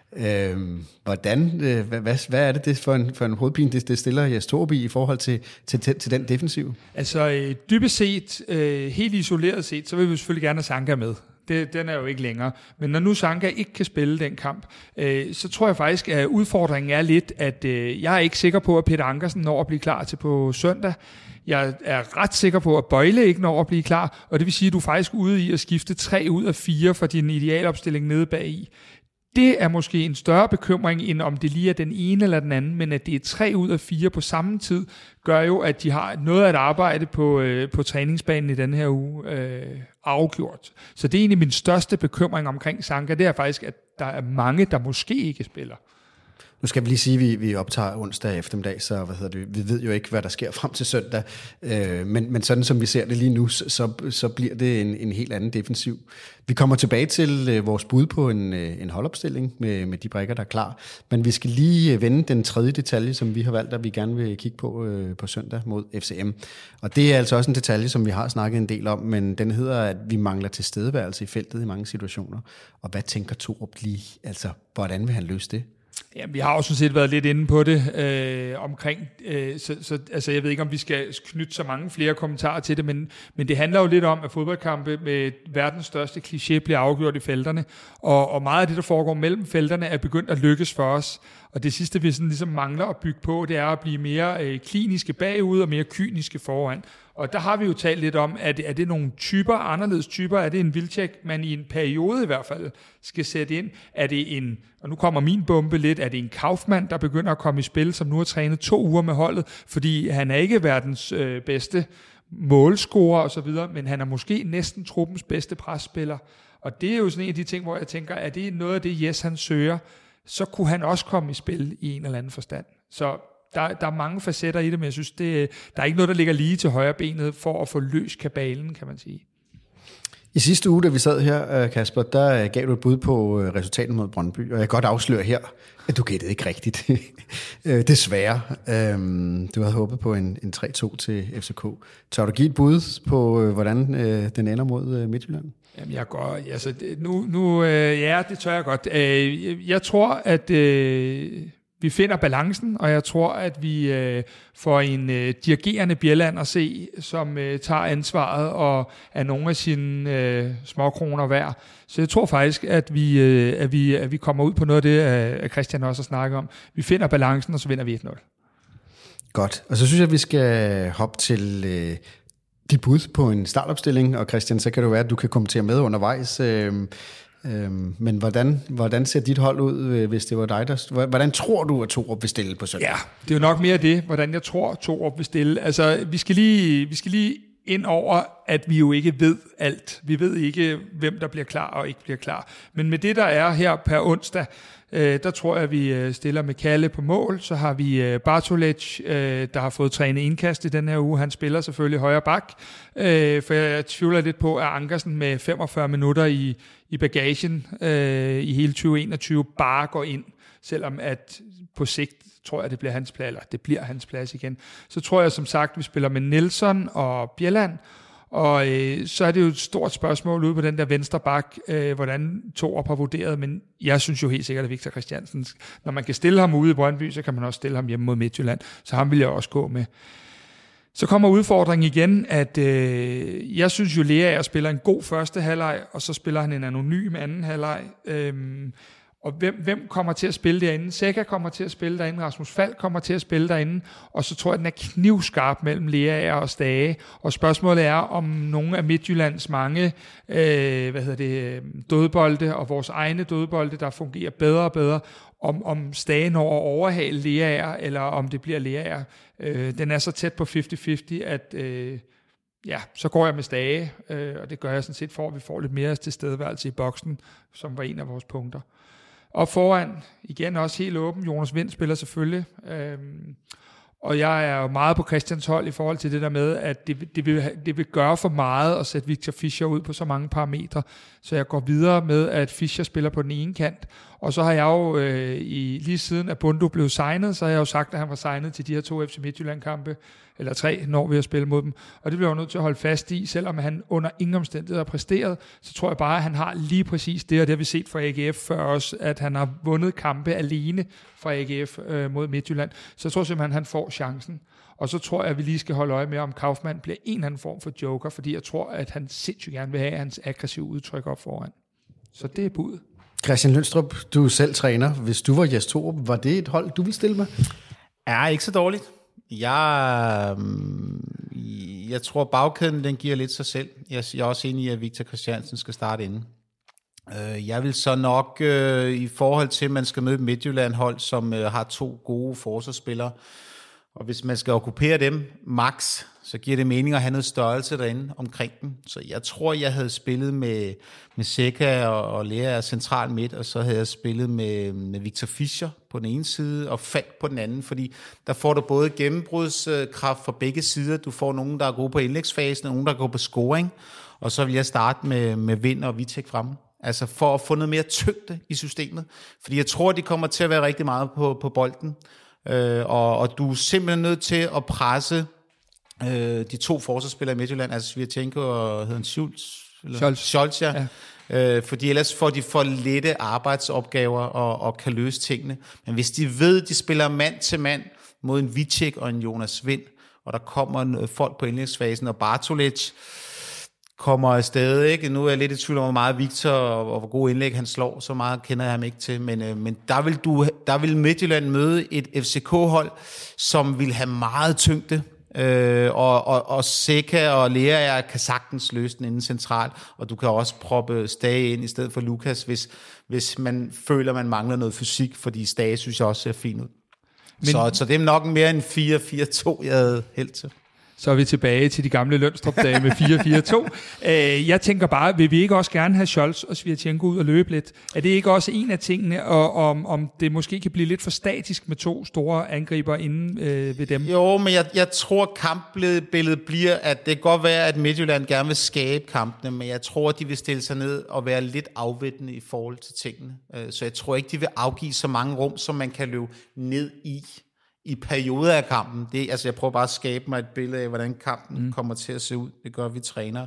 Øhm, hvordan, øh, hvad, hvad, hvad er det, det for en, for en hovedpine, det, det stiller Jes Torby i forhold til, til, til, til den defensiv? Altså øh, dybest set, øh, helt isoleret set, så vil vi selvfølgelig gerne have Sanka med. Det, den er jo ikke længere. Men når nu Sanka ikke kan spille den kamp, øh, så tror jeg faktisk, at udfordringen er lidt, at øh, jeg er ikke sikker på, at Peter Ankersen når at blive klar til på søndag. Jeg er ret sikker på, at Bøjle ikke når at blive klar, og det vil sige, at du er faktisk ude i at skifte tre ud af fire for din idealopstilling nede bagi. Det er måske en større bekymring, end om det lige er den ene eller den anden, men at det er tre ud af fire på samme tid, gør jo, at de har noget at arbejde på, øh, på træningsbanen i denne her uge øh, afgjort. Så det er egentlig min største bekymring omkring Sanka, det er faktisk, at der er mange, der måske ikke spiller. Nu skal vi lige sige, at vi, vi optager onsdag eftermiddag, så hvad hedder det, vi ved jo ikke, hvad der sker frem til søndag. Øh, men, men sådan som vi ser det lige nu, så, så bliver det en, en helt anden defensiv. Vi kommer tilbage til øh, vores bud på en, øh, en holdopstilling med, med de brikker, der er klar. Men vi skal lige vende den tredje detalje, som vi har valgt, at vi gerne vil kigge på øh, på søndag mod F C M. Og det er altså også en detalje, som vi har snakket en del om, men den hedder, at vi mangler tilstedeværelse i feltet i mange situationer. Og hvad tænker Torup lige? Altså, hvordan vil han løse det? Ja, vi har jo sådan set været lidt inde på det øh, omkring, øh, så, så altså jeg ved ikke, om vi skal knytte så mange flere kommentarer til det, men, men det handler jo lidt om, at fodboldkampe med verdens største kliché bliver afgjort i felterne, og, og meget af det, der foregår mellem felterne, er begyndt at lykkes for os. Og det sidste, vi sådan ligesom mangler at bygge på, det er at blive mere øh, kliniske bagud og mere kyniske foran. Og der har vi jo talt lidt om, at er det nogle typer, anderledes typer, er det en Wilczek, man i en periode i hvert fald skal sætte ind? Er det en, og nu kommer min bombe lidt, er det en Kaufmann, der begynder at komme i spil, som nu har trænet to uger med holdet, fordi han er ikke verdens øh, bedste målscorer og så videre, men han er måske næsten truppens bedste presspiller. Og det er jo sådan en af de ting, hvor jeg tænker, er det noget af det, Jes han søger, så kunne han også komme i spil i en eller anden forstand. Så der, der er mange facetter i det, men jeg synes, det, der er ikke noget, der ligger lige til højre benet for at få løs kabalen, kan man sige. I sidste uge, da vi sad her, Kasper, der gav du et bud på resultatet mod Brøndby, og jeg kan godt afsløre her, at du gættede ikke rigtigt. Desværre. Du havde håbet på en, en tre to til F C K. Tør du give et bud på, hvordan den ender mod Midtjylland? Jamen, jeg går, altså, nu, nu, ja, det tør jeg godt. Jeg tror, at vi finder balancen, og jeg tror, at vi øh, får en øh, dirigerende Bjelland at se, som øh, tager ansvaret og er nogle af sine øh, småkroner værd. Så jeg tror faktisk, at vi, øh, at vi, at vi kommer ud på noget af det, at Christian også har snakket om. Vi finder balancen, og så vinder vi et nul. Godt. Og så synes jeg, at vi skal hoppe til øh, dit bud på en startopstilling, og Christian, så kan det være, at du kan kommentere med undervejs. Øh, Øhm, men hvordan, hvordan ser dit hold ud, hvis det var dig, der... Hvordan tror du, at Torup vil stille på søndag? Ja, det er jo nok mere det, hvordan jeg tror, Torup vil stille. Altså, vi skal lige, vi skal lige ind over, at vi jo ikke ved alt. Vi ved ikke, hvem der bliver klar og ikke bliver klar. Men med det, der er her per onsdag, øh, der tror jeg, at vi stiller med Kalle på mål. Så har vi øh, Bartolec, øh, der har fået trænet indkast i den her uge. Han spiller selvfølgelig højre bak. Øh, for jeg tvivler lidt på, at Ankersen med femogfyrre minutter i, i bagagen øh, i hele tyve enogtyve bare går ind. Selvom at på sigt tror jeg, det bliver hans plads, eller det bliver hans plads igen. Så tror jeg som sagt, vi spiller med Nielsen og Bjelland, og øh, så er det jo et stort spørgsmål ude på den der venstre bak, øh, hvordan Torup har vurderet, men jeg synes jo helt sikkert, at Victor Christiansen, når man kan stille ham ude i Brøndby, så kan man også stille ham hjemme mod Midtjylland, så ham vil jeg også gå med. Så kommer udfordringen igen, at øh, jeg synes jo, Leaer spiller en god første halvleg, og så spiller han en anonym anden halvleg. Øh, Og hvem, hvem kommer til at spille derinde? Sækker kommer til at spille derinde, Rasmus Falk kommer til at spille derinde, og så tror jeg, den er knivskarp mellem Leaer og Stage. Og spørgsmålet er, om nogle af Midtjyllands mange øh, hvad hedder det, dødbolde og vores egne dødbolde, der fungerer bedre og bedre, om, om Stage når at overhale Leaer, eller om det bliver Leaer. Øh, den er så tæt på halvtreds halvtreds, at... Øh, Ja, så går jeg med Stage, øh, og det gør jeg sådan set for, at vi får lidt mere tilstedeværelse i boksen, som var en af vores punkter. Og foran, igen også helt åben, Jonas Vind spiller selvfølgelig, øhm, og jeg er jo meget på Christians hold i forhold til det der med, at det, det, vil, det vil gøre for meget at sætte Victor Fischer ud på så mange parametre, så jeg går videre med, at Fischer spiller på den ene kant, og så har jeg jo øh, i, lige siden at Bundu blev signet, så har jeg jo sagt, at han var signet til de her to F C Midtjylland-kampe, eller tre, når vi har spillet mod dem. Og det bliver jeg nødt til at holde fast i, selvom han under ingen omstændigheder har præsteret, så tror jeg bare, at han har lige præcis det, og det har vi set fra A G F før også, at han har vundet kampe alene fra A G F øh, mod Midtjylland. Så jeg tror simpelthen, at han får chancen. Og så tror jeg, at vi lige skal holde øje med, om Kaufmann bliver en eller anden form for joker, fordi jeg tror, at han sindssygt gerne vil have hans aggressive udtryk op foran. Så det er budet. Christian Lønstrup, du er selv træner. Hvis du var Jes Torup, var det et hold, du ville stille med? Er ikke så dårligt. Jeg, jeg tror, bagkæden den giver lidt sig selv. Jeg, jeg er også enig i, at Victor Christiansen skal starte inden. Jeg vil så nok, i forhold til, at man skal møde Midtjylland-hold, som har to gode forsvarsspillere, og hvis man skal okkupere dem max, så giver det mening at have noget størrelse derinde omkring dem. Så jeg tror, jeg havde spillet med, med Sækker og, og Leaer central midt, og så havde jeg spillet med, med Victor Fischer på den ene side, og Falk på den anden, fordi der får du både gennembrudskraft fra begge sider. Du får nogen, der er gode på indlægsfasen, og nogen, der går på scoring, og så vil jeg starte med, med Vind og Vitek fremme. Altså for at få noget mere tyngde i systemet. Fordi jeg tror, de kommer til at være rigtig meget på, på bolden. Øh, og, og du er simpelthen nødt til at presse øh, de to forsvarsspillere i Midtjylland, altså Svirchenko og hedder han Schultz? Scholz. Scholz, ja. ja. Øh, fordi ellers får de for lette arbejdsopgaver og, og kan løse tingene. Men hvis de ved, de spiller mand til mand mod en Vitek og en Jonas Vind, og der kommer folk på indlægsfasen, og Bartolec kommer afsted, ikke? Nu er jeg lidt i tvivl om, hvor meget Victor og hvor god indlæg han slår, så meget kender jeg ham ikke til, men, øh, men der, vil du, der vil Midtjylland møde et F C K-hold, som vil have meget tyngde, øh, og, og, og Sækker og Leaer kan sagtens løse den inden central, og du kan også proppe Stage ind i stedet for Lukas, hvis, hvis man føler, man mangler noget fysik, fordi Stage synes jeg også ser fint ud. Men, så, så det er nok mere en fire fire to, jeg havde held til. så er vi tilbage til de gamle Lønstrup-dage med fire fire to. Øh, jeg tænker bare, vil vi ikke også gerne have Scholz og Svirtjenko ud og løbe lidt? Er det ikke også en af tingene, og om, om det måske kan blive lidt for statisk med to store angriber inden øh, ved dem? Jo, men jeg, jeg tror, kampbilledet bliver, at det kan godt være, at Midtjylland gerne vil skabe kampene, men jeg tror, at de vil stille sig ned og være lidt afventende i forhold til tingene. Så jeg tror ikke, de vil afgive så mange rum, som man kan løbe ned i i perioder af kampen. Det, altså jeg prøver bare at skabe mig et billede af, hvordan kampen mm. kommer til at se ud. Det gør vi træner.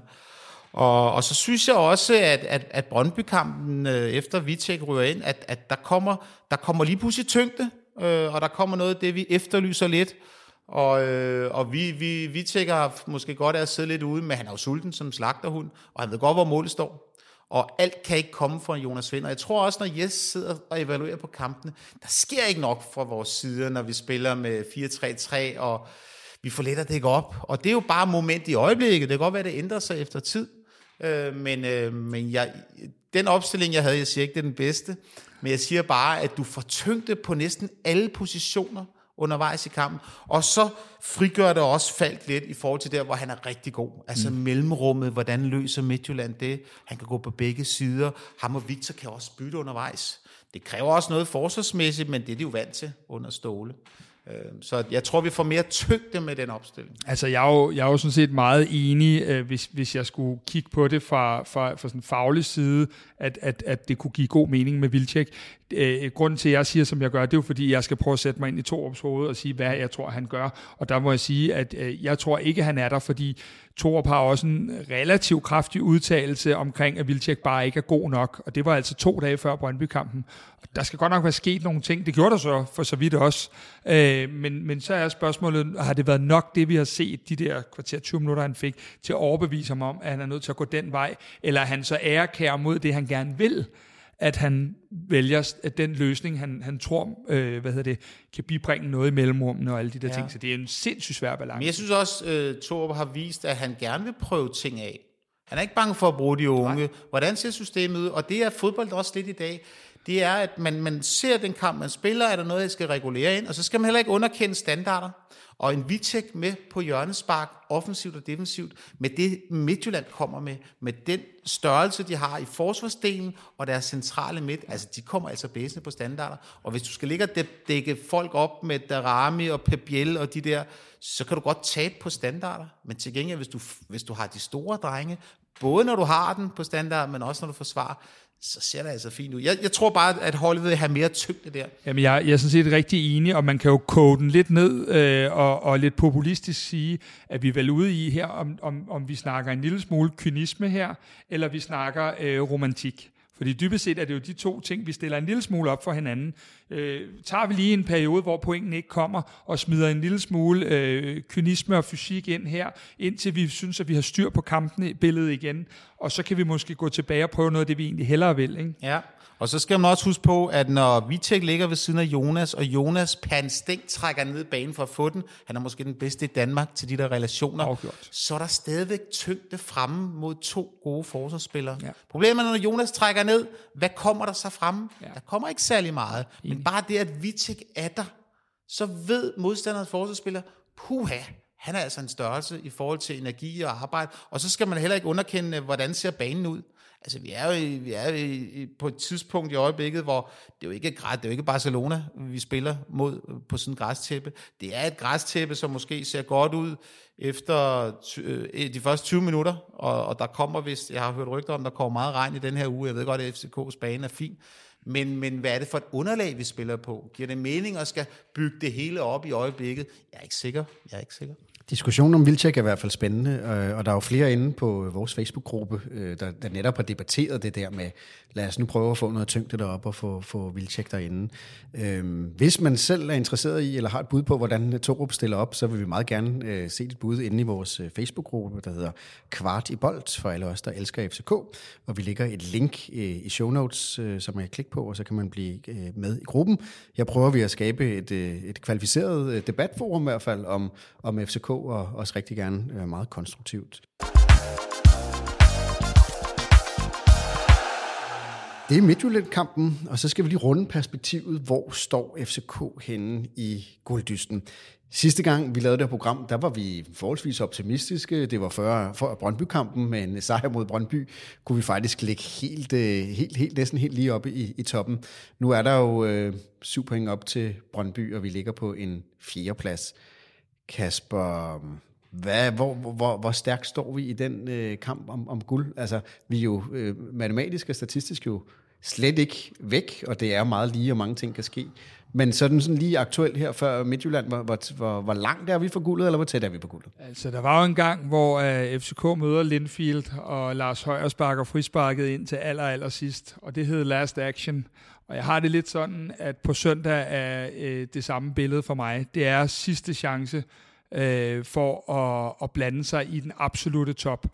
Og, og så synes jeg også, at, at, at Brøndby-kampen, øh, efter Vitek ryger ind, at, at der, kommer, der kommer lige pludselig tyngde, øh, og der kommer noget af det, vi efterlyser lidt. Og, øh, og vi, vi, Vitek har måske godt at sidde lidt ude, men han er jo sulten som slagterhund, og han ved godt, hvor målet står. Og alt kan ikke komme fra Jonas Vind. Og jeg tror også, når Jes sidder og evaluerer på kampene, der sker ikke nok fra vores side, når vi spiller med fire tre tre, og vi får let at dække op. Og det er jo bare moment i øjeblikket. Det kan godt være, det ændrer sig efter tid. Øh, men øh, men jeg, den opstilling, jeg havde, jeg siger ikke, det er den bedste, men jeg siger bare, at du får tyngde på næsten alle positioner undervejs i kampen, og så frigør det også Falk lidt i forhold til der, hvor han er rigtig god. Altså mm. mellemrummet, hvordan løser Midtjylland det? Han kan gå på begge sider. Ham og Victor kan også bytte undervejs. Det kræver også noget forsvarsmæssigt, men det er de jo vant til under Ståle. Så jeg tror, vi får mere tyngde med den opstilling. Altså, jeg er jo, jeg er jo sådan set meget enig, øh, hvis, hvis jeg skulle kigge på det fra, fra, fra sådan en faglig side, at, at, at det kunne give god mening med Wilczek. Øh, grunden til, at jeg siger, som jeg gør, det er jo, fordi jeg skal prøve at sætte mig ind i Torups hoved og sige, hvad jeg tror, han gør. Og der må jeg sige, at øh, jeg tror ikke, han er der, fordi Torup har også en relativt kraftig udtalelse omkring, at Wilczek bare ikke er god nok. Og det var altså to dage før Brøndby-kampen. Og der skal godt nok være sket nogle ting. Det gjorde der så for så vidt også. Øh, men, men så er spørgsmålet, har det været nok det, vi har set, de der kvarter tyve minutter, han fik, til at overbevise ham om, at han er nødt til at gå den vej? Eller er han så ærekær mod det, han gerne vil, at han vælger at den løsning, han, han tror, øh, hvad hedder det, kan bibringe noget i mellemrummene og alle de der ja. ting. Så det er en sindssygt svær balance. Men jeg synes også, at uh, Torup har vist, at han gerne vil prøve ting af. Han er ikke bange for at bruge de unge. Nej. Hvordan ser systemet ud? Og det er fodbold også lidt i dag. Det er, at man, man ser den kamp, man spiller, er der noget, jeg skal regulere ind, og så skal man heller ikke underkende standarder. Og en Vitek med på hjørnespark, offensivt og defensivt, med det Midtjylland kommer med, med den størrelse, de har i forsvarsdelen og deres centrale midt, altså de kommer altså blæsende på standarder. Og hvis du skal ligge og dække folk op med Darami og Pep Biel og de der, så kan du godt tabe på standarder. Men til gengæld, hvis du, hvis du har de store drenge, både når du har den på standard, men også når du forsvarer, så ser det altså fint ud. Jeg, jeg tror bare, at holdet vil have mere tyngde der. Jamen, jeg, jeg er sådan set rigtig enig, og man kan jo kode den lidt ned øh, og, og lidt populistisk sige, at vi er vel ude i her, om, om, om vi snakker en lille smule kynisme her, eller vi snakker øh, romantik. Fordi dybest set er det jo de to ting, vi stiller en lille smule op for hinanden. Øh, tager vi lige en periode, hvor pointen ikke kommer, og smider en lille smule øh, kynisme og fysik ind her, indtil vi synes, at vi har styr på kampene, billedet igen, og så kan vi måske gå tilbage og prøve noget af det, vi egentlig hellere vil. Ikke? Ja, og så skal man også huske på, at når Vitek ligger ved siden af Jonas, og Jonas per instinkt trækker ned banen for at få den, han er måske den bedste i Danmark til de der relationer, Afgjort. Så er der stadigvæk tyngde fremme mod to gode forsvarsspillere. Ja. Problemet er, når Jonas trækker ned, hvad kommer der så fremme? Ja. Der kommer ikke særlig meget, men bare det, at Vitek er der, så ved modstanderens forsvarsspiller, puha, han er altså en størrelse i forhold til energi og arbejde, og så skal man heller ikke underkende, hvordan ser banen ud. Altså, vi er jo, i, vi er jo i, på et tidspunkt i øjeblikket, hvor det er jo ikke, det er jo ikke Barcelona, vi spiller mod på sådan et græstæppe. Det er et græstæppe, som måske ser godt ud efter ty, de første tyve minutter, og, og der kommer vist, jeg har hørt rygter om, der kommer meget regn i den her uge. Jeg ved godt, at F C K's bane er fin. Men, men hvad er det for et underlag, vi spiller på? Giver det mening at skal bygge det hele op i øjeblikket? Jeg er ikke sikker. Jeg er ikke sikker. Diskussionen om Wilczek er i hvert fald spændende, og der er jo flere inde på vores Facebook-gruppe, der, der netop har debatteret det der med, lad os nu prøve at få noget tyngde deroppe og få, få Wilczek derinde. Hvis man selv er interesseret i, eller har et bud på, hvordan Torup stiller op, så vil vi meget gerne se et bud inde i vores Facebook-gruppe, der hedder Kvart i Bold, for alle os, der elsker F C K, og vi lægger et link i show notes, som man kan klikke på, og så kan man blive med i gruppen. Her prøver vi at skabe et, et kvalificeret debatforum i hvert fald om, om F C K, og også rigtig gerne øh, meget konstruktivt. Det er Midtjylland-kampen, og så skal vi lige runde perspektivet. Hvor står F C K henne i gulddysten? Sidste gang, vi lavede det her program, der var vi forholdsvis optimistiske. Det var før, før Brøndby-kampen med en sejr mod Brøndby. Kunne vi faktisk ligge helt, helt, helt, næsten helt lige oppe i, i toppen. Nu er der jo øh, syv point op til Brøndby, og vi ligger på en fjerdeplads. Kasper, hvad, hvor, hvor, hvor stærkt står vi i den øh, kamp om, om guld? Altså, vi er jo øh, matematisk og statistisk jo slet ikke væk, og det er meget lige, og mange ting kan ske. Men sådan, sådan lige aktuelt her før Midtjylland, hvor, hvor, hvor, hvor langt er vi for guldet, eller hvor tæt er vi på guldet? Altså, der var jo en gang, hvor uh, F C K møder Linfield, og Lars Højer sparker frisparket ind til aller, aller sidst, og det hed Last Action. Og jeg har det lidt sådan, at på søndag er uh, det samme billede for mig. Det er sidste chance uh, for at, at blande sig i den absolute top.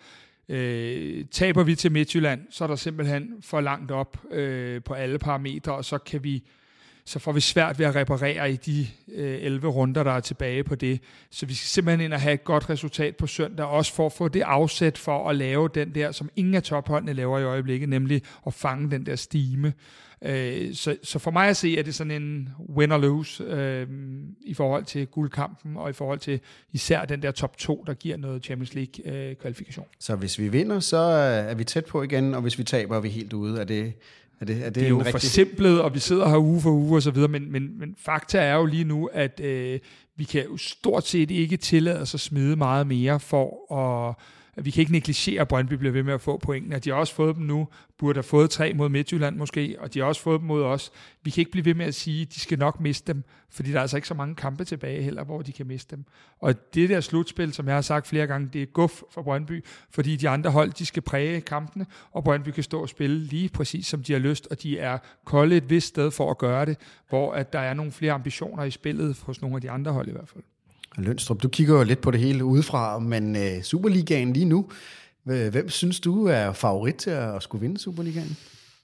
Øh, taber vi til Midtjylland, så er der simpelthen for langt op øh, på alle parametre, og så kan vi så får vi svært ved at reparere i de øh, elleve runder, der er tilbage på det. Så vi skal simpelthen ind og have et godt resultat på søndag, også for at få det afsæt for at lave den der, som ingen af topholdene laver i øjeblikket, nemlig at fange den der stime. Øh, så, så for mig at se, er det sådan en win or lose øh, i forhold til guldkampen, og i forhold til især den der top to, der giver noget Champions League-kvalifikation. Øh, så hvis vi vinder, så er vi tæt på igen, og hvis vi taber, er vi helt ude. Er det... Er det, er det, det er jo rigtig... forsimplet, og vi sidder her uge for uge og så videre, men, men, men fakta er jo lige nu, at øh, vi kan jo stort set ikke tillade os at smide meget mere for at... Vi kan ikke negligere, at Brøndby bliver ved med at få pointene. De har også fået dem nu, burde have fået tre mod Midtjylland måske, og de har også fået dem mod os. Vi kan ikke blive ved med at sige, at de skal nok miste dem, fordi der er altså ikke så mange kampe tilbage heller, hvor de kan miste dem. Og det der slutspil, som jeg har sagt flere gange, det er guf for Brøndby, fordi de andre hold, de skal præge kampene, og Brøndby kan stå og spille lige præcis, som de har lyst, og de er kolde et vist sted for at gøre det, hvor at der er nogle flere ambitioner i spillet hos nogle af de andre hold i hvert fald. Lønstrup, du kigger jo lidt på det hele udefra, men uh, Superligaen lige nu, hvem synes du er favorit til at skulle vinde Superligaen?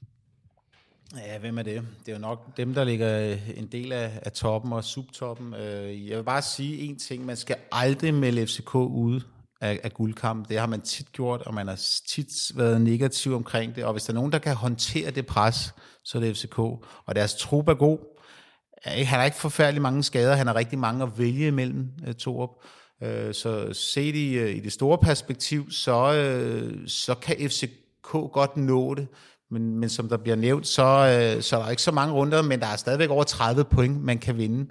Ja, hvem er det? Det er jo nok dem, der ligger en del af, af toppen og subtoppen. Jeg vil bare sige en ting, man skal aldrig melde F C K ude af, af guldkamp. Det har man tit gjort, og man har tit været negativ omkring det, og hvis der er nogen, der kan håndtere det pres, så er det F C K, og deres trup er god. Han har ikke forfærdelig mange skader, han har rigtig mange at vælge imellem, Torup. Så set i, i det store perspektiv, så, så kan F C K godt nå det. Men, men som der bliver nævnt, så, så er der ikke så mange runder, men der er stadigvæk over tredive point, man kan vinde.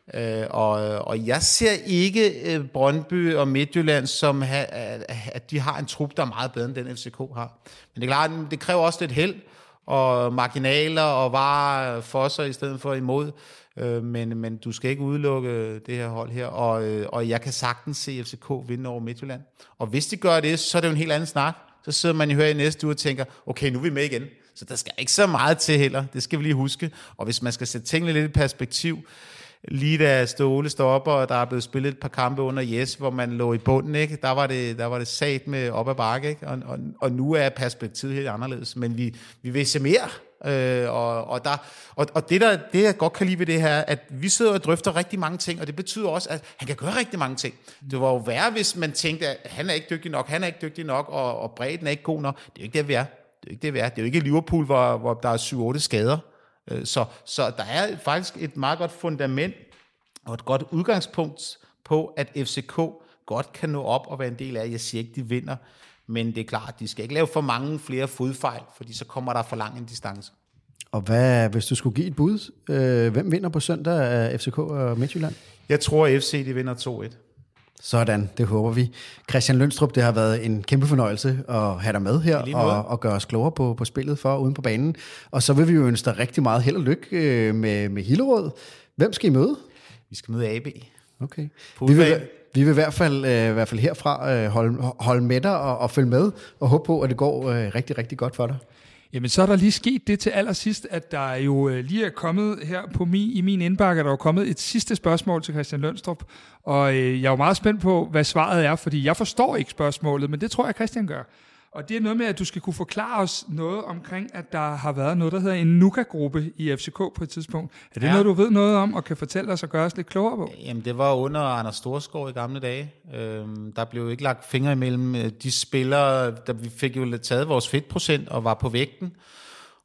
Og, og jeg ser ikke Brøndby og Midtjylland, som ha, at de har en trup, der er meget bedre end den F C K har. Men det er klart, det kræver også lidt held, og marginaler og varer for sig i stedet for imod, øh, men, men du skal ikke udelukke det her hold her, og, øh, og jeg kan sagtens se F C K vinde over Midtjylland, og hvis de gør det, så er det jo en helt anden snak, så sidder man jo her i næste uge og tænker, okay, nu er vi med igen, så der skal ikke så meget til heller, det skal vi lige huske, og hvis man skal sætte tingene lidt i perspektiv, lige da Ståle stopper, og der er blevet spillet et par kampe under Jes, hvor man lå i bunden, ikke? Der var det, der var det sat med op ad bakke, ikke? Og, og, og nu er perspektivet helt anderledes, men vi, vi vil se mere, øh, og, og, der, og, og det, der, det jeg godt kan lide ved det her, at vi sidder og drøfter rigtig mange ting, og det betyder også, at han kan gøre rigtig mange ting. Det var jo værre, hvis man tænkte, at han er ikke dygtig nok, han er ikke dygtig nok, og, og bredden er ikke god nok. Det er jo ikke det, vi er. Det er jo ikke det, vi er. Det er jo ikke Liverpool, hvor, hvor der er syv otte skader. Så, så der er faktisk et meget godt fundament og et godt udgangspunkt på, at F C K godt kan nå op og være en del af. Jeg siger ikke, de vinder, men det er klart, de skal ikke lave for mange flere fodfejl, fordi så kommer der for lang en distance. Og hvad, hvis du skulle give et bud, øh, hvem vinder på søndag af F C K og Midtjylland? Jeg tror, at F C de vinder to et. Sådan, det håber vi. Christian Lønstrup, det har været en kæmpe fornøjelse at have dig med her og, og gøre os klogere på, på spillet for uden på banen. Og så vil vi jo ønske dig rigtig meget held og lykke med, med Hillerød. Hvem skal I møde? Vi skal møde A B. Okay. Vi vil, vi vil i hvert fald, øh, i hvert fald herfra øh, holde, holde med dig og, og følge med og håbe på, at det går øh, rigtig, rigtig godt for dig. Jamen, så er der lige sket det til allersidst, at der jo øh, lige er kommet her på min, i min indbakke, der er kommet et sidste spørgsmål til Christian Lønstrup, og øh, jeg er jo meget spændt på, hvad svaret er, fordi jeg forstår ikke spørgsmålet, men det tror jeg, Christian gør. Og det er noget med, at du skal kunne forklare os noget omkring, at der har været noget, der hedder en Nuka-gruppe i F C K på et tidspunkt. Er det ja. noget, du ved noget om, og kan fortælle os og gøre os lidt klogere på? Jamen, det var under Anders Storskov i gamle dage. Øhm, der blev jo ikke lagt fingre imellem de spillere, der vi fik jo taget vores fedtprocent og var på vægten.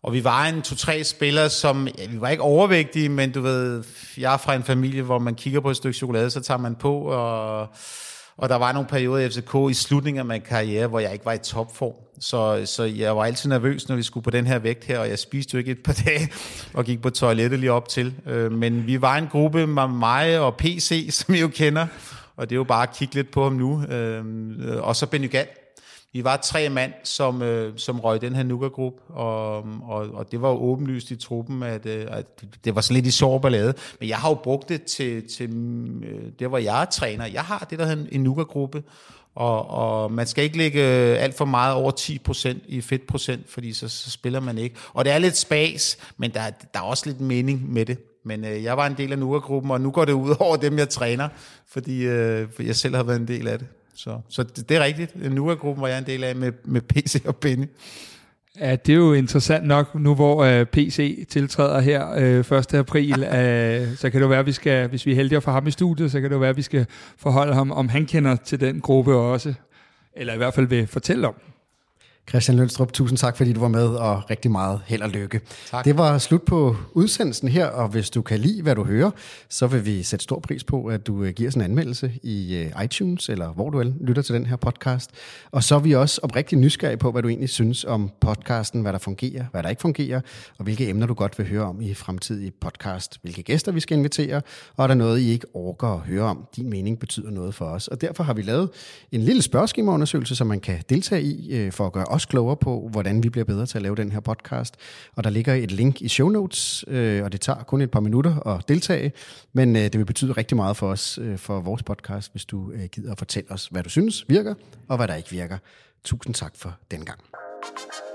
Og vi var en to-tre spillere, som, ja, vi var ikke overvægtige, men du ved, jeg er fra en familie, hvor man kigger på et stykke chokolade, så tager man på, og, og der var nogle perioder i F C K i slutningen af min karriere, hvor jeg ikke var i topform. Så, så jeg var altid nervøs, når vi skulle på den her vægt her, og jeg spiste jo ikke et par dage, og gik på toilettet lige op til. Men vi var en gruppe med mig og P C, som I jo kender, og det er jo bare at kigge lidt på ham nu. Og så Benny Gall. Vi var tre mand, som, øh, som røg den her Nuka-gruppe, og, og, og det var jo åbenlyst i truppen, at, at det var så lidt i sjov ballade. Men jeg har jo brugt det til, til der, hvor jeg er træner. Jeg har det, der hedder en Nuka-gruppe, og, og man skal ikke lægge alt for meget over ti procent i fedtprocent, fordi så, så spiller man ikke. Og det er lidt spas, men der, der er også lidt mening med det. Men øh, jeg var en del af Nuka-gruppen, og nu går det ud over dem, jeg træner, fordi øh, jeg selv har været en del af det. Så, så det, det er rigtigt. Nuka-gruppen var jeg en del af med, med P C og Benny. Ja, det er jo interessant nok, nu hvor uh, P C tiltræder her uh, første april, uh, så kan det jo være, at vi skal, hvis vi er heldige at få ham i studiet, så kan det jo være, at vi skal forholde ham, om han kender til den gruppe også, eller i hvert fald vil fortælle om. Christian Lønstrup, tusind tak, fordi du var med, og rigtig meget held og lykke. Tak. Det var slut på udsendelsen her, og hvis du kan lide, hvad du hører, så vil vi sætte stor pris på, at du giver os en anmeldelse i iTunes, eller hvor du lytter til den her podcast. Og så er vi også oprigtigt nysgerrige på, hvad du egentlig synes om podcasten, hvad der fungerer, hvad der ikke fungerer, og hvilke emner du godt vil høre om i fremtidige podcast, hvilke gæster vi skal invitere, og er der noget, I ikke orker at høre om. Din mening betyder noget for os, og derfor har vi lavet en lille spørgeskemaundersøgelse, som man kan deltage i, for at gøre også klogere på, hvordan vi bliver bedre til at lave den her podcast. Og der ligger et link i show notes, øh, og det tager kun et par minutter at deltage, men øh, det vil betyde rigtig meget for os, øh, for vores podcast, hvis du øh, gider at fortælle os, hvad du synes virker, og hvad der ikke virker. Tusind tak for den gang.